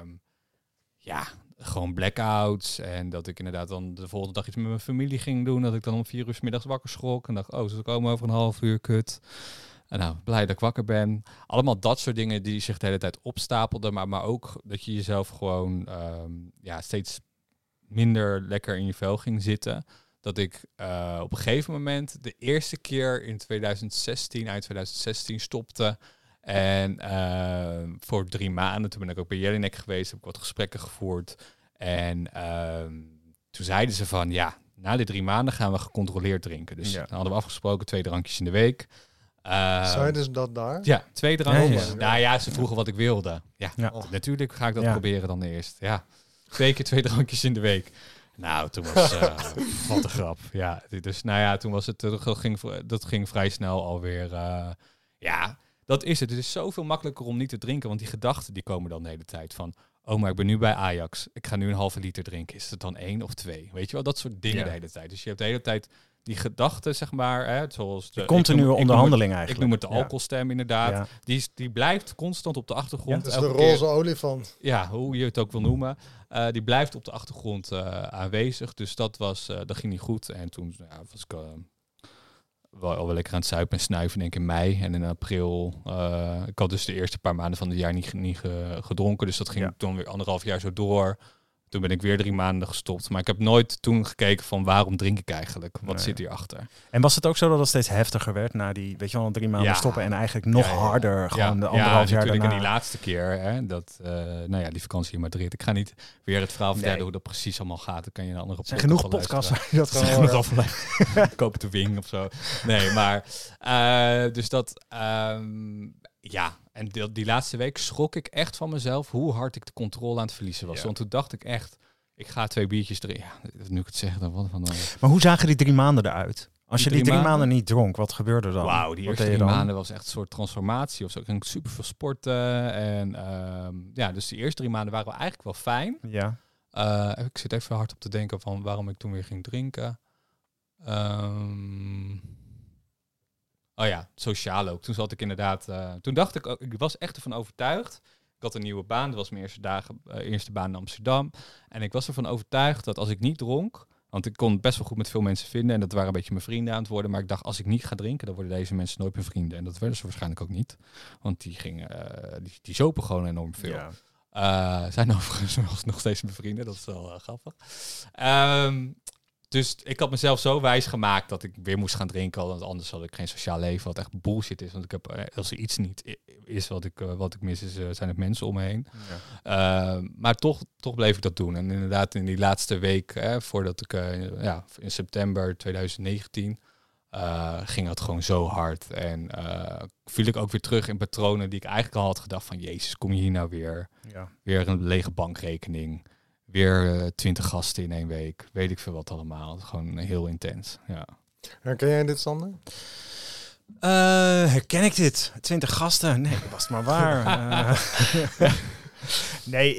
gewoon blackouts. En dat ik inderdaad dan de volgende dag iets met mijn familie ging doen. Dat ik dan om 4 uur 's middags wakker schrok. En dacht, ze komen over een half uur, kut. En nou, blij dat ik wakker ben. Allemaal dat soort dingen die zich de hele tijd opstapelden. Maar ook dat je jezelf gewoon steeds minder lekker in je vel ging zitten. Dat ik op een gegeven moment de eerste keer in 2016, eind 2016 stopte. En voor 3 maanden, toen ben ik ook bij Jelinek geweest, heb ik wat gesprekken gevoerd. En toen zeiden ze van, ja, na die 3 maanden gaan we gecontroleerd drinken. Dus dan hadden we afgesproken 2 drankjes in de week. Zeiden ze dat daar? Ja, 2 drankjes. Ja. Nou ja, ze vroegen wat ik wilde. Ja, natuurlijk ga ik dat proberen dan eerst. Ja, 2 keer 2 drankjes in de week. Nou, toen was wat een grap. Ja, dus nou ja, toen was het, dat ging vrij snel alweer. Dat is het. Het is zoveel makkelijker om niet te drinken, want die gedachten die komen dan de hele tijd van, oh, maar ik ben nu bij Ajax. Ik ga nu een halve liter drinken. Is het dan 1 of 2? Weet je wel, dat soort dingen de hele tijd. Dus je hebt de hele tijd die gedachten, zeg maar, hè, zoals de continue onderhandeling eigenlijk. Ik noem het de alcoholstem inderdaad. Ja. Die blijft constant op de achtergrond. Dat is de roze olifant. Ja, hoe je het ook wil noemen. Die blijft op de achtergrond aanwezig. Dus dat ging niet goed. En toen was ik wel lekker aan het zuipen en snuiven, denk ik, in mei. En in april, ik had dus de eerste paar maanden van het jaar niet gedronken. Dus dat ging toen weer 1,5 jaar zo door. Toen ben ik weer 3 maanden gestopt. Maar ik heb nooit toen gekeken van waarom drink ik eigenlijk? Wat zit hierachter? En was het ook zo dat het steeds heftiger werd na die, weet je wel, 3 maanden stoppen en eigenlijk nog harder gewoon de 1,5 jaar natuurlijk daarna? in die laatste keer, hè, die vakantie in Madrid. Ik ga niet weer het verhaal vertellen hoe dat precies allemaal gaat. Dan kan je een andere podcast. Er zijn genoeg podcasts waar je dat kan horen. Koop de wing of zo. Nee, maar dus dat... en die laatste week schrok ik echt van mezelf hoe hard ik de controle aan het verliezen was. Want toen dacht ik echt, ik ga 2 biertjes erin. Ja, nu ik het zeg, dan wat van. Maar hoe zagen die 3 maanden eruit? Als je die 3 maanden niet dronk, wat gebeurde er dan? Wauw, die eerste 3 maanden was echt een soort transformatie of zo. Ik ging super veel sporten. En dus die eerste 3 maanden waren wel eigenlijk wel fijn. Ja. Ik zit even hard op te denken van waarom ik toen weer ging drinken. Oh ja, sociaal ook. Toen zat ik inderdaad... toen dacht ik ook... Ik was echt ervan overtuigd. Ik had een nieuwe baan. Dat was mijn eerste baan in Amsterdam. En ik was ervan overtuigd dat als ik niet dronk... Want ik kon best wel goed met veel mensen vinden. En dat waren een beetje mijn vrienden aan het worden. Maar ik dacht, als ik niet ga drinken... dan worden deze mensen nooit mijn vrienden. En dat werden ze waarschijnlijk ook niet. Want die zopen gewoon enorm veel. Ja. Zijn overigens nog steeds mijn vrienden. Dat is wel grappig. Dus ik had mezelf zo wijs gemaakt dat ik weer moest gaan drinken. Want anders had ik geen sociaal leven, wat echt bullshit is. Want ik heb, als er iets niet is wat ik mis, zijn het mensen om me heen. Ja. Maar toch bleef ik dat doen. En inderdaad in die laatste week, voordat ik in september 2019... ging dat gewoon zo hard. En viel ik ook weer terug in patronen die ik eigenlijk al had gedacht van... Jezus, kom je hier nou weer? Ja. Weer een lege bankrekening. Weer 20 gasten in 1 week. Weet ik veel wat allemaal. Gewoon heel intens. Ja. Herken jij dit, Sander? Herken ik dit? 20 gasten? Nee, was het maar waar. Nee,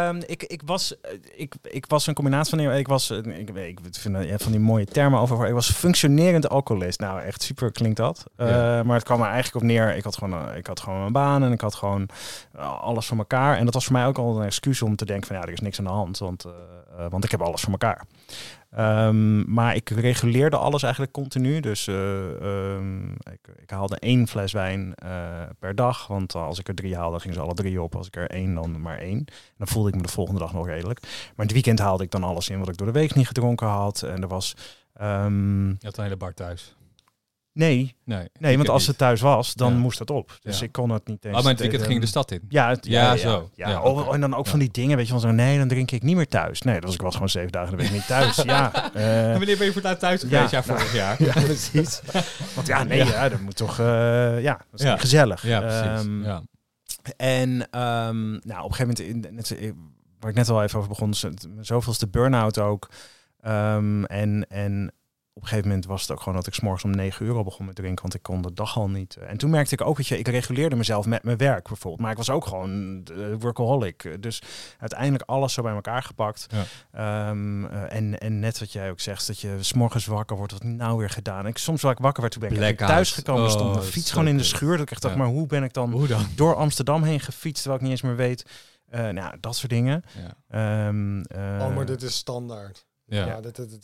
ik was een combinatie van... Ik vind van die mooie termen over... Ik was functionerend alcoholist. Nou, echt super klinkt dat. Maar het kwam er eigenlijk op neer... Ik had gewoon mijn baan en ik had gewoon alles voor elkaar. En dat was voor mij ook al een excuus om te denken van... er is niks aan de hand, want ik heb alles voor elkaar. Maar ik reguleerde alles eigenlijk continu. Dus ik haalde 1 fles wijn per dag. Want als ik er 3 haalde, gingen ze alle 3 op. Als ik er 1, dan maar 1. En dan voelde ik me de volgende dag nog redelijk. Maar in het weekend haalde ik dan alles in wat ik door de week niet gedronken had. En er was... Je had een hele bar thuis. Nee, want als het thuis was, dan moest het op. Dus ik kon het niet eens... Maar het weekend ging de stad in? Zo. En dan ook van die dingen, weet je, van zo, nee, dan drink ik niet meer thuis. Nee, dus ik was gewoon 7 dagen de week niet thuis. En wanneer ben je voor het thuis geweest? Ja, vorig jaar. Ja, precies. Want dat moet toch... dat is niet gezellig. Ja, precies. En op een gegeven moment, waar ik net al even over begon, zoveelste burn-out ook. En op een gegeven moment was het ook gewoon dat ik 's morgens om 9 uur al begon met drinken, want ik kon de dag al niet. En toen merkte ik ook, ik reguleerde mezelf met mijn werk bijvoorbeeld. Maar ik was ook gewoon workaholic. Dus uiteindelijk alles zo bij elkaar gepakt. Ja. En net wat jij ook zegt, dat je 's morgens wakker wordt, wat nou weer gedaan. Soms waar ik wakker werd, toen ben ik thuis gekomen, stond mijn fiets gewoon in de schuur. Dat ik echt dacht, maar hoe ben ik dan door Amsterdam heen gefietst, terwijl ik niet eens meer weet. Dat soort dingen. Ja. Maar dit is standaard. Ja.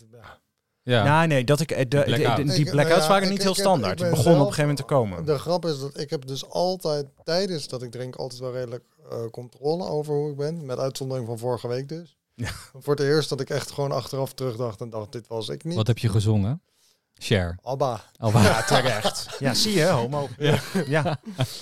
Ja. Nee, dat die blackouts waren niet heel standaard. Die begonnen op een gegeven moment te komen. De grap is dat ik heb dus altijd, tijdens dat ik drink, altijd wel redelijk controle over hoe ik ben. Met uitzondering van vorige week dus. Ja. Voor het eerst dat ik echt gewoon achteraf terugdacht en dacht, dit was ik niet. Wat heb je gezongen? Cher. Abba. Ja, terecht. Ja, zie je, homo. Ja.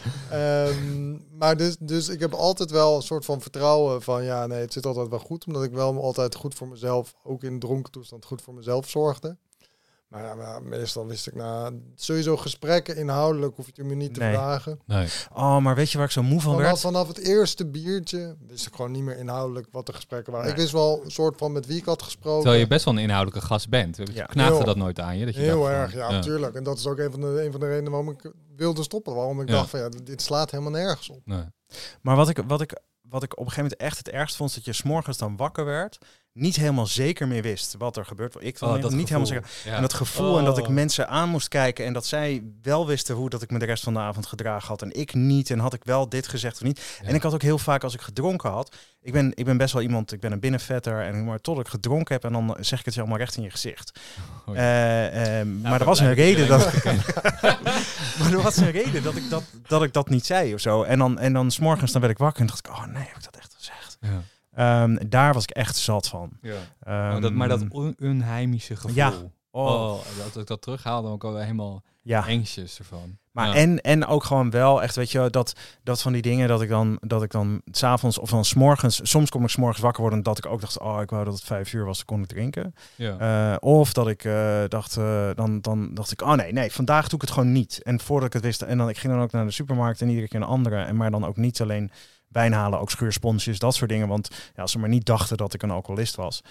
Maar dus ik heb altijd wel een soort van vertrouwen van het zit altijd wel goed. Omdat ik wel altijd goed voor mezelf, ook in dronken toestand, goed voor mezelf zorgde. Maar meestal wist ik sowieso gesprekken inhoudelijk hoef je me niet te vragen. Nee. Oh, maar weet je waar ik zo moe van werd? Vanaf het eerste biertje wist ik gewoon niet meer inhoudelijk wat de gesprekken waren. Nee. Ik wist wel een soort van met wie ik had gesproken. Terwijl je best wel een inhoudelijke gast bent. Knaagde dat nooit aan je? Dat je heel erg, natuurlijk. En dat is ook een van de redenen waarom ik wilde stoppen. Waarom ik dacht van dit slaat helemaal nergens op. Nee. Maar wat ik op een gegeven moment echt het ergst vond, dat je 's morgens dan wakker werd, niet helemaal zeker meer wist wat er gebeurt. Ik vond niet helemaal zeker. Ja. En dat gevoel en dat ik mensen aan moest kijken en dat zij wel wisten hoe dat ik me de rest van de avond gedragen had en ik niet. En had ik wel dit gezegd of niet. Ja. En ik had ook heel vaak als ik gedronken had. Ik ben best wel iemand, ik ben een binnenvetter en maar tot ik gedronken heb en dan zeg ik het je allemaal recht in je gezicht. Maar er was een reden dat maar er was een reden dat ik dat niet zei of zo. En dan 's morgens dan werd ik wakker en dacht ik, oh nee, heb ik dat echt gezegd? Ja. Daar was ik echt zat van. Ja. Maar dat onheimische gevoel. Ja. Dat ik dat terughaalde, dan ook al helemaal anxious ervan. Maar en ook gewoon wel echt, weet je, dat van die dingen dat ik dan 's avonds of dan 's morgens, soms kom ik 's morgens wakker worden dat ik ook dacht, ik wou dat het 5 uur was, dan kon ik drinken. Ja. Of dat ik dacht, dan dacht ik, nee, vandaag doe ik het gewoon niet. En voordat ik het wist, en dan ik ging dan ook naar de supermarkt en iedere keer een andere, maar dan ook niet alleen wijn halen, ook schuursponsjes, dat soort dingen. Want als ze maar niet dachten dat ik een alcoholist was.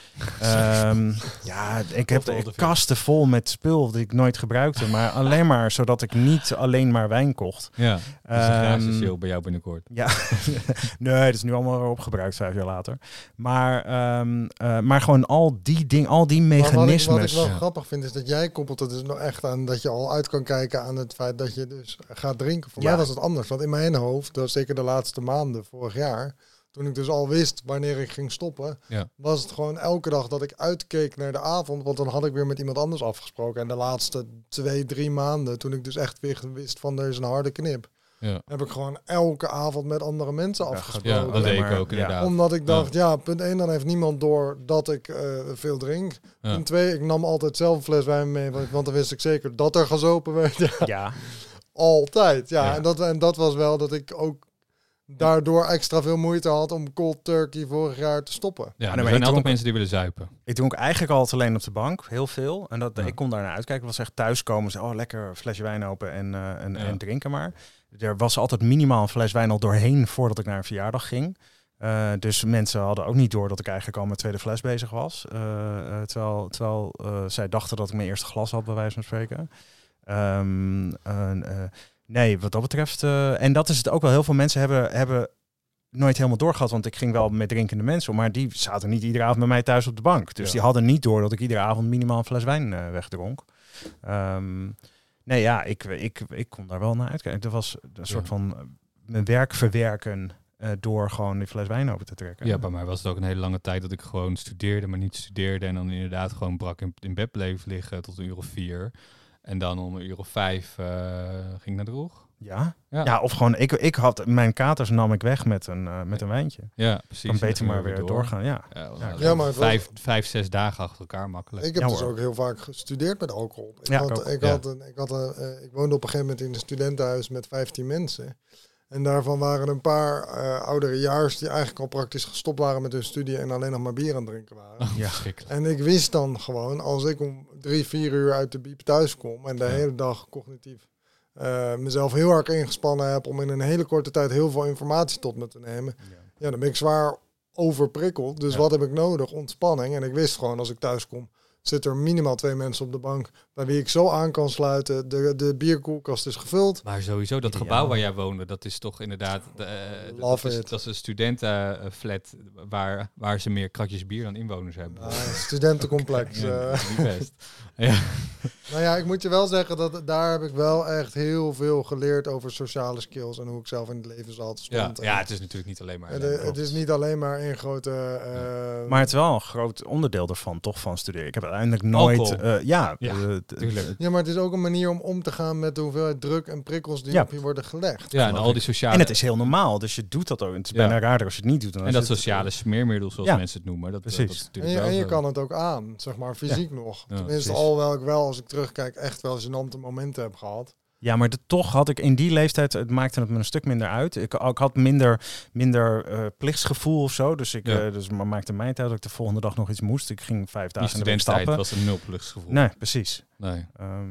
Ik heb de kasten vol met spul die ik nooit gebruikte. Maar alleen maar zodat ik niet alleen maar wijn kocht. Ja, dus een gratis show bij jou binnenkort. Ja, nee, dat is nu allemaal weer opgebruikt 5 jaar later. Maar gewoon al die dingen, al die mechanismes. Wat ik wel grappig vind, is dat jij koppelt het dus nog echt aan dat je al uit kan kijken aan het feit dat je dus gaat drinken. Voor mij was het anders. Want in mijn hoofd, dat zeker de laatste maanden vorig jaar, toen ik dus al wist wanneer ik ging stoppen, was het gewoon elke dag dat ik uitkeek naar de avond, want dan had ik weer met iemand anders afgesproken. En de laatste 2-3 maanden, toen ik dus echt weer wist van er is een harde knip, heb ik gewoon elke avond met andere mensen afgesproken. Ja, dat deed ik ook inderdaad. Omdat ik dacht, punt 1, dan heeft niemand door dat ik veel drink. Ja. Punt 2, ik nam altijd zelf een fles wijn mee, want dan wist ik zeker dat er gezopen werd. Ja. Altijd, En dat was wel dat ik ook daardoor extra veel moeite had om cold turkey vorig jaar te stoppen. Ja, er zijn altijd mensen die willen zuipen. Ik dronk eigenlijk altijd alleen op de bank, heel veel. En ik kon daar naar uitkijken. Het was echt thuiskomen, lekker een flesje wijn open en drinken maar. Er was altijd minimaal een fles wijn al doorheen voordat ik naar een verjaardag ging. Dus mensen hadden ook niet door dat ik eigenlijk al met tweede fles bezig was. Terwijl zij dachten dat ik mijn eerste glas had, bij wijze van spreken. Nee, wat dat betreft... en dat is het ook wel. Heel veel mensen hebben nooit helemaal doorgehad. Want ik ging wel met drinkende mensen om. Maar die zaten niet iedere avond bij mij thuis op de bank. Dus die hadden niet door dat ik iedere avond minimaal een fles wijn wegdronk. Ik kon daar wel naar uitkijken. Er was een soort van mijn werk verwerken... door gewoon die fles wijn open te trekken. Ja, bij mij was het ook een hele lange tijd dat ik gewoon studeerde, maar niet studeerde. En dan inderdaad gewoon brak in bed bleef liggen tot 4:00. En dan om 5:00 ging ik naar de kroeg. Ja, of gewoon, ik had mijn katers nam ik weg met een wijntje. Ja, precies. Dan beter maar weer doorgaan, maar 5-6 dagen achter elkaar makkelijk. Ik heb dus ook heel vaak gestudeerd met alcohol. Ik woonde op een gegeven moment in een studentenhuis met 15 mensen. En daarvan waren een paar ouderejaars die eigenlijk al praktisch gestopt waren met hun studie en alleen nog maar bier aan het drinken waren. En ik wist dan gewoon, als ik om 3-4 uur uit de biep thuis kom en de hele dag cognitief mezelf heel hard ingespannen heb om in een hele korte tijd heel veel informatie tot me te nemen, dan ben ik zwaar overprikkeld. Dus wat heb ik nodig? Ontspanning. En ik wist gewoon, als ik thuis kom, zitten er minimaal 2 mensen op de bank bij wie ik zo aan kan sluiten. De bierkoelkast is gevuld. Maar sowieso, dat gebouw waar jij woonde, dat is toch inderdaad... dat is een studentenflat waar ze meer kratjes bier dan inwoners hebben. Studentencomplex. Niet best. Ja. Nou ja, ik moet je wel zeggen dat daar heb ik wel echt heel veel geleerd over sociale skills en hoe ik zelf in het leven stond. Ja, het is natuurlijk niet alleen maar... Het is niet alleen maar één grote... maar het is wel een groot onderdeel ervan, toch, van studeren. Ik heb uiteindelijk nooit... Ja, maar het is ook een manier om te gaan met de hoeveelheid druk en prikkels die op je worden gelegd. Ja, en al die sociale... En het is heel normaal, dus je doet dat ook. Het is bijna raarder als je het niet doet. En dat sociale smeermiddel, zoals mensen het noemen. Precies. En je kan het ook aan, zeg maar, fysiek nog. Tenminste, alhoewel ik wel, als ik terugkijk, echt wel gênante momenten heb gehad. Ja, maar toch had ik in die leeftijd, het maakte het me een stuk minder uit. Ik had minder plichtsgevoel of zo. Dus dus maakte mij uit dat ik de volgende dag nog iets moest. Ik ging 5 dagen in de week stappen. Het was een 0 plichtsgevoel. Nee, precies. Nee.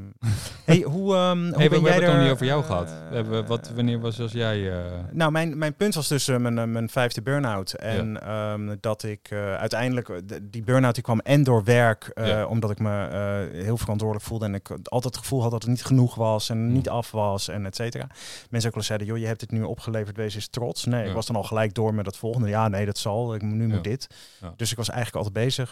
Hoe ben we jij hebben het er... nog niet over jou gehad. Wanneer was zoals jij... Nou, mijn punt was dus mijn 5e burn-out. En dat ik uiteindelijk... Die burn-out die kwam en door werk. Omdat ik me heel verantwoordelijk voelde. En ik altijd het gevoel had dat het niet genoeg was. En niet af was. En et cetera. Mensen ook wel zeiden, joh, je hebt het nu opgeleverd. Wees eens trots. Nee, ik was dan al gelijk door met het volgende. Ja, nee, dat zal. Nu moet dit. Ja. Dus ik was eigenlijk altijd bezig.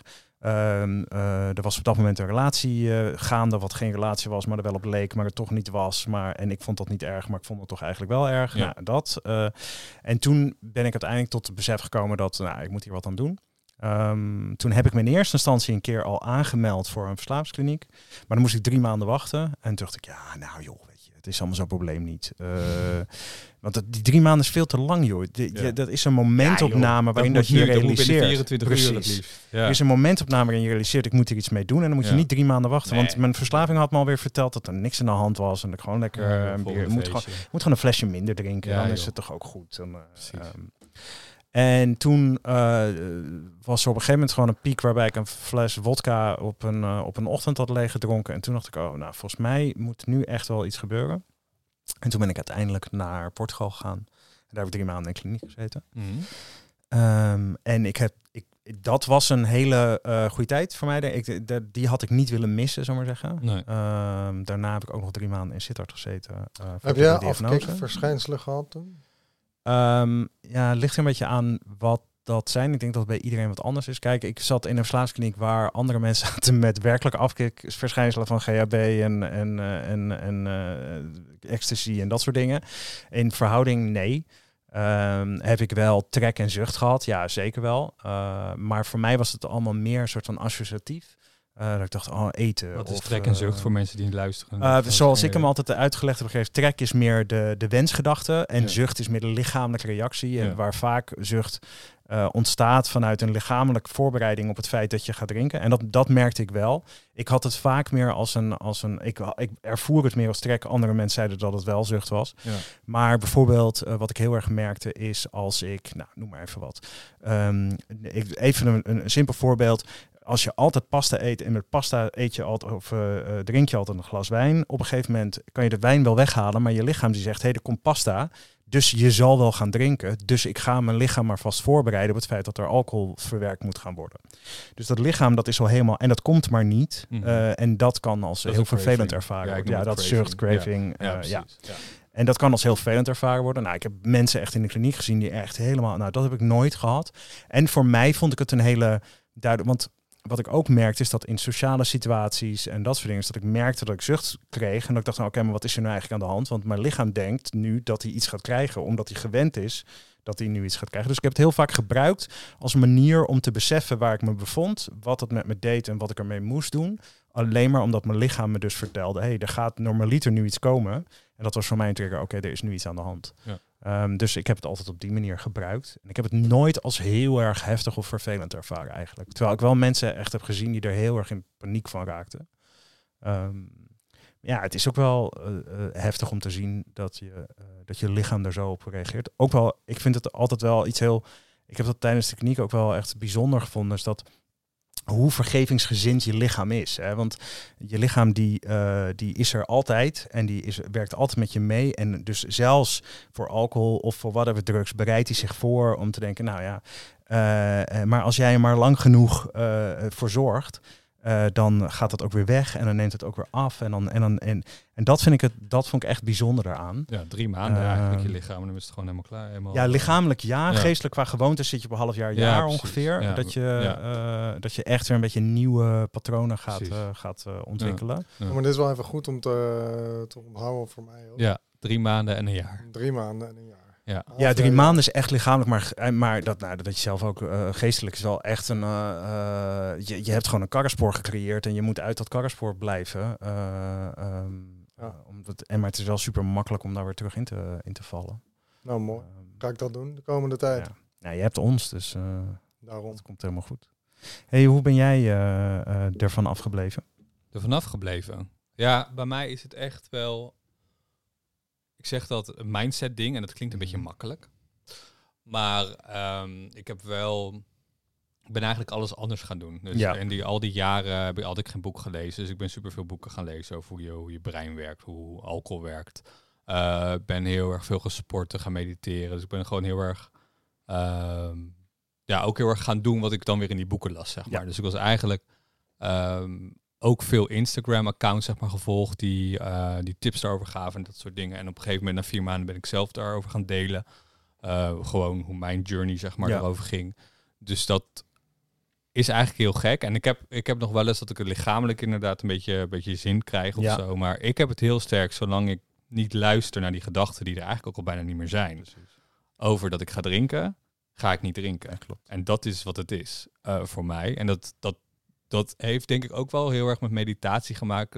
Er was op dat moment een relatie gaande, wat geen relatie was, maar er wel op leek, maar het toch niet was. En ik vond dat niet erg, maar ik vond het toch eigenlijk wel erg. Ja. Nou, dat. En toen ben ik uiteindelijk tot het besef gekomen dat, ik moet hier wat aan doen. Toen heb ik me in eerste instantie een keer al aangemeld voor een verslavingskliniek. Maar dan moest ik 3 maanden wachten. En toen dacht ik, het is allemaal zo'n probleem niet. Want die 3 maanden is veel te lang, joh. Dat is een momentopname waarin dat je realiseert. 24 Precies. Er is een momentopname waarin je realiseert, ik moet hier iets mee doen. En dan moet je niet 3 maanden wachten. Nee. Want mijn verslaving had me alweer verteld dat er niks aan de hand was. En dat ik gewoon lekker een bier... moet gewoon een flesje minder drinken. Dan is het toch ook goed. En toen was er op een gegeven moment gewoon een piek waarbij ik een fles wodka op een ochtend had leeggedronken. En toen dacht ik, volgens mij moet nu echt wel iets gebeuren. En toen ben ik uiteindelijk naar Portugal gegaan. En daar heb ik 3 maanden in kliniek gezeten. Mm-hmm. En dat was een hele goede tijd voor mij. Die had ik niet willen missen, zou maar zeggen. Nee. Daarna heb ik ook nog 3 maanden in Sittard gezeten. Heb jij afkikverschijnselen gehad toen? Ligt er een beetje aan wat dat zijn. Ik denk dat het bij iedereen wat anders is. Kijk, ik zat in een verslavingskliniek waar andere mensen zaten met werkelijke afkikverschijnselen van GHB en ecstasy en dat soort dingen. In verhouding, nee. Heb ik wel trek en zucht gehad? Ja, zeker wel. Maar voor mij was het allemaal meer een soort van associatief. Dat ik dacht, eten. Wat is of, trek en zucht voor mensen die niet luisteren? Zoals ik hem altijd uitgelegd heb gegeven, trek is meer de wensgedachte en Ja. zucht is meer de lichamelijke reactie. En Ja. waar vaak zucht ontstaat vanuit een lichamelijke voorbereiding op het feit dat je gaat drinken. En dat merkte ik wel. Ik had het vaak meer als een ik ervoer het meer als trek. Andere mensen zeiden dat het wel zucht was. Ja. Maar bijvoorbeeld, wat ik heel erg merkte is als ik, noem maar even wat. Even een simpel voorbeeld. Als je altijd pasta eet en met pasta eet je altijd of drink je altijd een glas wijn. Op een gegeven moment kan je de wijn wel weghalen, maar je lichaam die zegt, er komt pasta. Dus je zal wel gaan drinken. Dus ik ga mijn lichaam maar vast voorbereiden op het feit dat er alcohol verwerkt moet gaan worden. Dus dat lichaam, dat is al helemaal, en dat komt maar niet. En dat kan als Dat is heel een vervelend craving. ervaren Ja, ik worden. noem het Dat craving. zucht, craving. Ja, precies. Ja. En dat kan als heel vervelend ervaren worden. Nou, ik heb mensen echt in de kliniek gezien die echt helemaal... Nou, dat heb ik nooit gehad. En voor mij vond ik het een hele duidelijk... Want wat ik ook merkte is dat in sociale situaties en dat soort dingen... is dat ik merkte dat ik zucht kreeg. En dat ik dacht, oké, maar wat is er nou eigenlijk aan de hand? Want mijn lichaam denkt nu dat hij iets gaat krijgen... omdat hij gewend is dat hij nu iets gaat krijgen. Dus ik heb het heel vaak gebruikt als manier om te beseffen waar ik me bevond... wat het met me deed en wat ik ermee moest doen... Alleen maar omdat mijn lichaam me dus vertelde... er gaat normaliter nu iets komen. En dat was voor mij een trigger. Oké, er is nu iets aan de hand. Ja. Dus ik heb het altijd op die manier gebruikt. En ik heb het nooit als heel erg heftig of vervelend ervaren eigenlijk. Terwijl ik wel mensen echt heb gezien die er heel erg in paniek van raakten. Het is ook wel heftig om te zien dat je lichaam daar zo op reageert. Ook wel, ik vind het altijd wel iets heel... Ik heb dat tijdens de kliniek ook wel echt bijzonder gevonden. Is dat... hoe vergevingsgezind je lichaam is. Hè? Want je lichaam die is er altijd en werkt altijd met je mee. En dus zelfs voor alcohol of voor whatever drugs bereidt hij zich voor om te denken, maar als jij er maar lang genoeg voor zorgt, dan gaat het ook weer weg en dan neemt het ook weer af. En dat vond ik echt bijzonder eraan. Ja, 3 maanden eigenlijk je lichaam. En dan is het gewoon helemaal klaar. Ja, lichamelijk geestelijk qua gewoontes zit je op een half jaar ongeveer. Ja, dat je echt weer een beetje nieuwe patronen gaat ontwikkelen. Ja. Maar dit is wel even goed om te onthouden voor mij ook. Ja, 3 maanden en een jaar. 3 maanden en een jaar. Ja, 3 maanden is echt lichamelijk, maar dat je zelf ook geestelijk is wel echt een... je hebt gewoon een karrenspoor gecreëerd en je moet uit dat karrenspoor blijven. Maar het is wel super makkelijk om daar weer terug in te vallen. Nou, mooi. Ga ik dat doen de komende tijd? Ja, je hebt ons, dus daarom. Het komt helemaal goed. Hey, hoe ben jij ervan afgebleven? Ervan afgebleven? Ja, bij mij is het echt wel... Ik zeg dat een mindset ding en dat klinkt een beetje makkelijk. Maar ik ben eigenlijk alles anders gaan doen. Dus al die jaren heb ik altijd geen boek gelezen. Dus ik ben superveel boeken gaan lezen over hoe je brein werkt, hoe alcohol werkt. Ben heel erg veel gaan sporten, gaan mediteren. Dus ik ben gewoon heel erg... ook heel erg gaan doen wat ik dan weer in die boeken las, zeg maar. Ja. Dus ik was eigenlijk... ook veel Instagram-accounts gevolgd die tips daarover gaven en dat soort dingen. En op een gegeven moment, na 4 maanden, ben ik zelf daarover gaan delen. Gewoon hoe mijn journey, daarover ging. Dus dat is eigenlijk heel gek. En ik heb nog wel eens dat ik het lichamelijk inderdaad een beetje zin krijg of zo. Maar ik heb het heel sterk, zolang ik niet luister naar die gedachten die er eigenlijk ook al bijna niet meer zijn. Precies. Over dat ik ga drinken, ga ik niet drinken. Ja, klopt. En dat is wat het is voor mij. En dat heeft denk ik ook wel heel erg met meditatie gemaakt.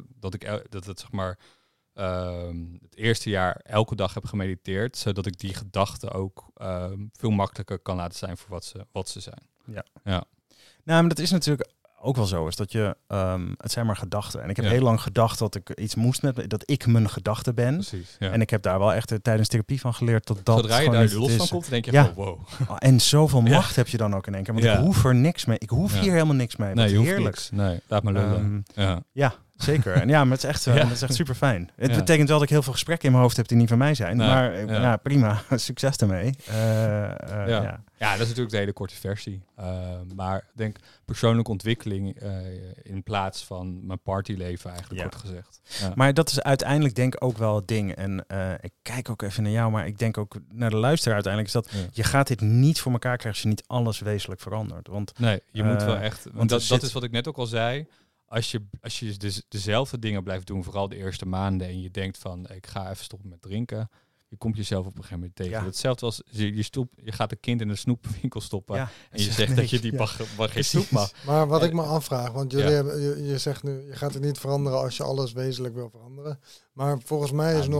Het eerste jaar elke dag heb gemediteerd. Zodat ik die gedachten ook veel makkelijker kan laten zijn voor wat ze zijn. Ja. Nou, maar dat is natuurlijk ook wel zo. Is dat het zijn maar gedachten. En ik heb heel lang gedacht dat ik iets moest dat ik mijn gedachten ben. Precies, ja. En ik heb daar wel echt tijdens therapie van geleerd dat zodra je daar los van komt, denk je wow. En zoveel macht heb je dan ook in één keer. Want ik hoef er niks mee. Ik hoef hier helemaal niks mee. Nee, je hoeft heerlijk. Niks. Nee, laat me lullen. Ja, zeker. En maar het is echt, het is echt super fijn. Het betekent wel dat ik heel veel gesprekken in mijn hoofd heb die niet van mij zijn. Maar prima, succes ermee. Ja, dat is natuurlijk de hele korte versie. Maar ik denk persoonlijke ontwikkeling in plaats van mijn partyleven eigenlijk wordt gezegd. Ja. Maar dat is uiteindelijk denk ik ook wel het ding. En ik kijk ook even naar jou, maar ik denk ook naar de luisteraar uiteindelijk. Is dat je gaat dit niet voor elkaar krijgen als je niet alles wezenlijk verandert. Want, nee, je moet wel echt... Want dat is wat ik net ook al zei. Als je dezelfde dingen blijft doen, vooral de eerste maanden, en je denkt van, ik ga even stoppen met drinken, Je komt jezelf op een gegeven moment tegen. Ja. Hetzelfde als je gaat een kind in een snoepwinkel stoppen. Ja. En je zegt dat je die mag geen snoep mag. Maar wat ik me afvraag, want jullie hebben, je zegt nu, je gaat het niet veranderen als je alles wezenlijk wil veranderen. Maar volgens mij is nog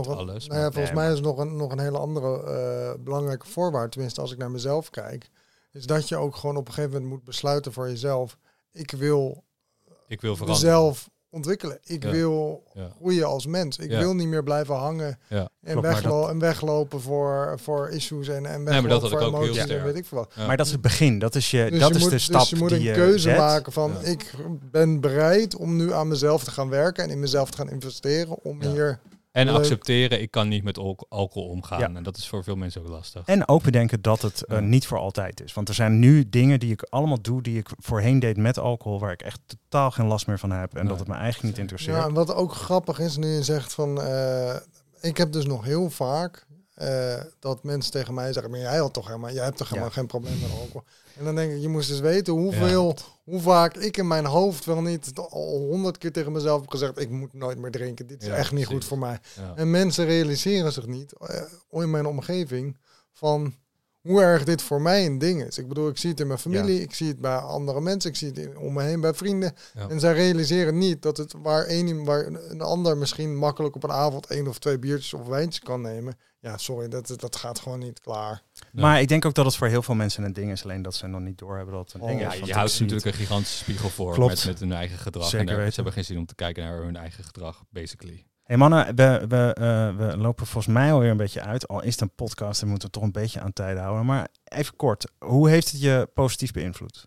nog een hele andere belangrijke voorwaarde, tenminste als ik naar mezelf kijk, is dat je ook gewoon op een gegeven moment moet besluiten voor jezelf. Ik wil veranderen. mezelf ontwikkelen. Ik wil groeien als mens. Ik wil niet meer blijven hangen en weglopen voor issues en weglopen voor emoties en weet ik veel wat. Ja. Maar dat is het begin. Dat is, de stap. Dus je moet een keuze maken van ik ben bereid om nu aan mezelf te gaan werken en in mezelf te gaan investeren om hier... En accepteren, ik kan niet met alcohol omgaan. Ja. En dat is voor veel mensen ook lastig. En ook bedenken dat het niet voor altijd is. Want er zijn nu dingen die ik allemaal doe, die ik voorheen deed met alcohol, waar ik echt totaal geen last meer van heb. En dat het me eigenlijk niet interesseert. Ja, en wat ook grappig is, nu je zegt van... ik heb dus nog heel vaak dat mensen tegen mij zeggen, maar jij hebt toch helemaal geen probleem met alcohol. En dan denk ik, je moest eens weten hoe vaak ik in mijn hoofd wel niet al 100 keer tegen mezelf heb gezegd, ik moet nooit meer drinken. Dit is echt niet goed voor mij. Ja. En mensen realiseren zich niet in mijn omgeving van hoe erg dit voor mij een ding is. Ik bedoel, ik zie het in mijn familie, ik zie het bij andere mensen, ik zie het om me heen bij vrienden. Ja. En zij realiseren niet dat het waar een ander misschien makkelijk op een avond 1 of 2 biertjes of wijntjes kan nemen. Ja, sorry, dat gaat gewoon niet klaar. Nee. Maar ik denk ook dat het voor heel veel mensen een ding is, alleen dat ze nog niet doorhebben dat het een ding is. Je houdt natuurlijk een gigantische spiegel voor met hun eigen gedrag. Zeker en ze hebben geen zin om te kijken naar hun eigen gedrag, basically. Hey mannen, we lopen volgens mij alweer een beetje uit. Al is het een podcast, dan moeten we toch een beetje aan tijden houden. Maar even kort, hoe heeft het je positief beïnvloed?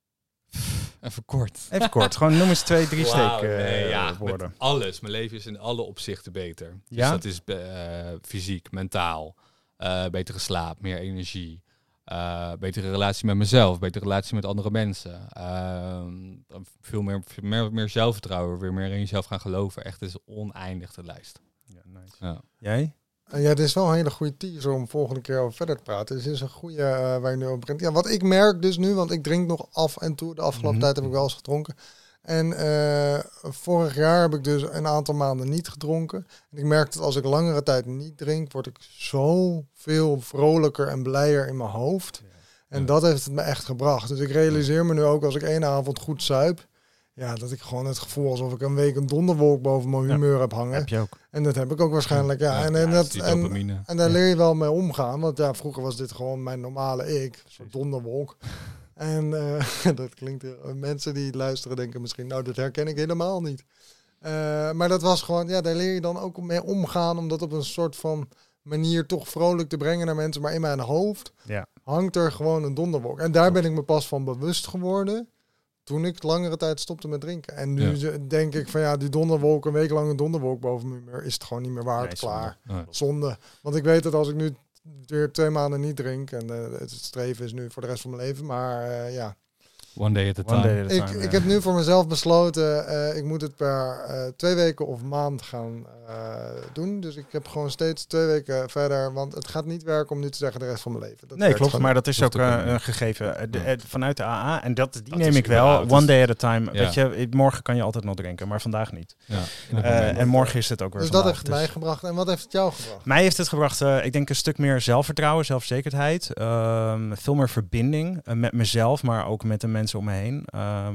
Even kort. Even kort, gewoon noem eens 2, 3 steekwoorden. Met alles. Mijn leven is in alle opzichten beter. Ja? Dus dat is fysiek, mentaal, betere slaap, meer energie. Betere relatie met mezelf, betere relatie met andere mensen. Veel meer zelfvertrouwen, weer meer in jezelf gaan geloven. Echt, het is oneindig de lijst. Ja, nice. Ja. Jij? Ja, dit is wel een hele goede teaser om volgende keer over verder te praten. Dus dit is een goede waar je nu op begint. Ja, wat ik merk dus nu, want ik drink nog af en toe. De afgelopen tijd heb ik wel eens gedronken. En vorig jaar heb ik dus een aantal maanden niet gedronken. En ik merk dat als ik langere tijd niet drink, word ik zoveel vrolijker en blijer in mijn hoofd. Ja. En dat heeft het me echt gebracht. Dus ik realiseer me nu ook als ik 1 avond goed zuip, ja, dat ik gewoon het gevoel alsof ik een week een donderwolk boven mijn humeur heb hangen. Heb je ook. En dat heb ik ook waarschijnlijk. Ja. En daar leer je wel mee omgaan. Want ja, vroeger was dit gewoon mijn normale ik. Zo'n donderwolk. En dat klinkt... mensen die luisteren denken misschien, nou, dat herken ik helemaal niet. Maar dat was gewoon... Ja, daar leer je dan ook mee omgaan. Om dat op een soort van manier toch vrolijk te brengen naar mensen. Maar in mijn hoofd hangt er gewoon een donderwolk. En daar ben ik me pas van bewust geworden toen ik langere tijd stopte met drinken. En nu denk ik van ja, die donderwolk, een week lang een donderwolk boven me muur, is het gewoon niet meer waard. Klaar. Zonde. Want ik weet dat als ik nu weer 2 maanden niet drink, en het streven is nu voor de rest van mijn leven, maar ja. One day at a time. Ik heb nu voor mezelf besloten, ik moet het per 2 weken of maand gaan doen. Dus ik heb gewoon steeds 2 weken verder, want het gaat niet werken om nu te zeggen de rest van mijn leven. Dat klopt, maar dat is ook een gegeven vanuit de AA. En die neem ik wel, one day at a time. Ja. Weet je, morgen kan je altijd nog drinken, maar vandaag niet. Ja. En morgen is het ook weer dus vandaag. Dat heeft mij gebracht. En wat heeft het jou gebracht? Mij heeft het gebracht, ik denk een stuk meer zelfvertrouwen, zelfzekerheid. Veel meer verbinding met mezelf, maar ook met de mensen om me heen.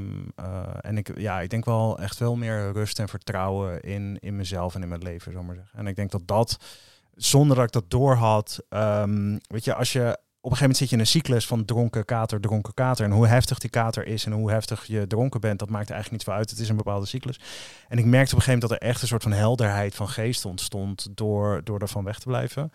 En ik denk wel echt veel meer rust en vertrouwen in mezelf en in mijn leven, zo maar zeggen. En ik denk dat zonder dat ik dat door had, weet je, als je op een gegeven moment zit je in een cyclus van dronken kater. En hoe heftig die kater is en hoe heftig je dronken bent, dat maakt er eigenlijk niet veel uit. Het is een bepaalde cyclus. En ik merkte op een gegeven moment dat er echt een soort van helderheid van geest ontstond door ervan weg te blijven.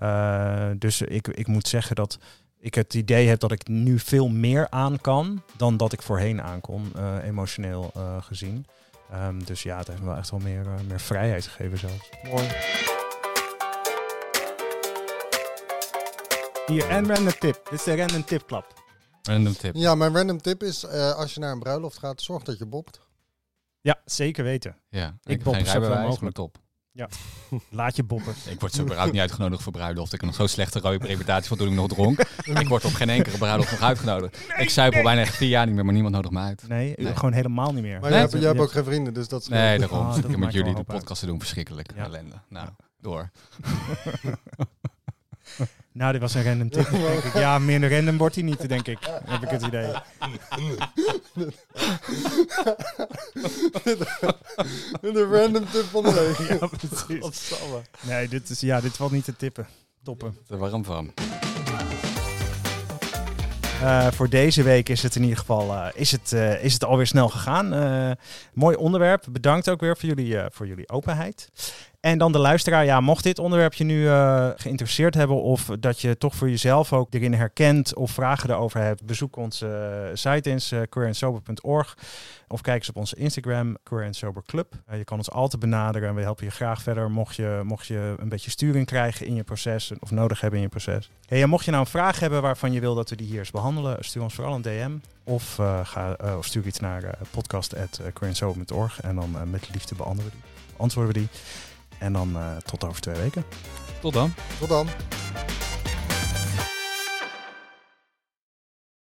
Dus ik moet zeggen dat ik het idee heb dat ik nu veel meer aan kan dan dat ik voorheen aankon, emotioneel gezien. Dus ja, het heeft me wel echt wel meer vrijheid gegeven zelfs. Mooi. Hier, en random tip. Dit is de random tipklap. Random tip. Ja, mijn random tip is, als je naar een bruiloft gaat, zorg dat je bobt. Ja, zeker weten. Ja, ik bob zo veel mogelijk op. Ja, laat je boppen. Ik word zo überhaupt niet uitgenodigd voor bruiloft. Ik heb nog zo'n slechte rode reputatie van toen ik nog dronk. Ik word op geen enkele bruiloft nog uitgenodigd. Nee. Ik zuip al bijna echt 4 jaar niet meer, maar niemand nodigt me uit. Nee, gewoon helemaal niet meer. Maar jij hebt ook geen vrienden, dus dat is... Nee, daarom. Ik heb met jullie de podcast te doen, verschrikkelijk. Ja. Ellende. Nou, door. Nou, dit was een random tip, denk ik. Ja, minder random wordt hij niet, denk ik. Heb ik het idee. De random tip van de week. Ja, precies. Nee, dit valt niet te tippen. Toppen. Er warm van. Voor deze week is het in ieder geval is het alweer snel gegaan. Mooi onderwerp. Bedankt ook weer voor jullie openheid. En dan de luisteraar. Ja, mocht dit onderwerp je nu geïnteresseerd hebben of dat je toch voor jezelf ook erin herkent of vragen erover hebt, bezoek onze site eens, queerandsober.org. Of kijk eens op onze Instagram, Queer and Sober Club. Je kan ons altijd benaderen en we helpen je graag verder mocht je een beetje sturing krijgen in je proces of nodig hebben in je proces. Hey, en mocht je nou een vraag hebben waarvan je wil dat we die hier eens behandelen, stuur ons vooral een DM of stuur iets naar podcast@queerandsober.org en dan met liefde beantwoorden we die. En dan tot over 2 weken. Tot dan. Tot dan.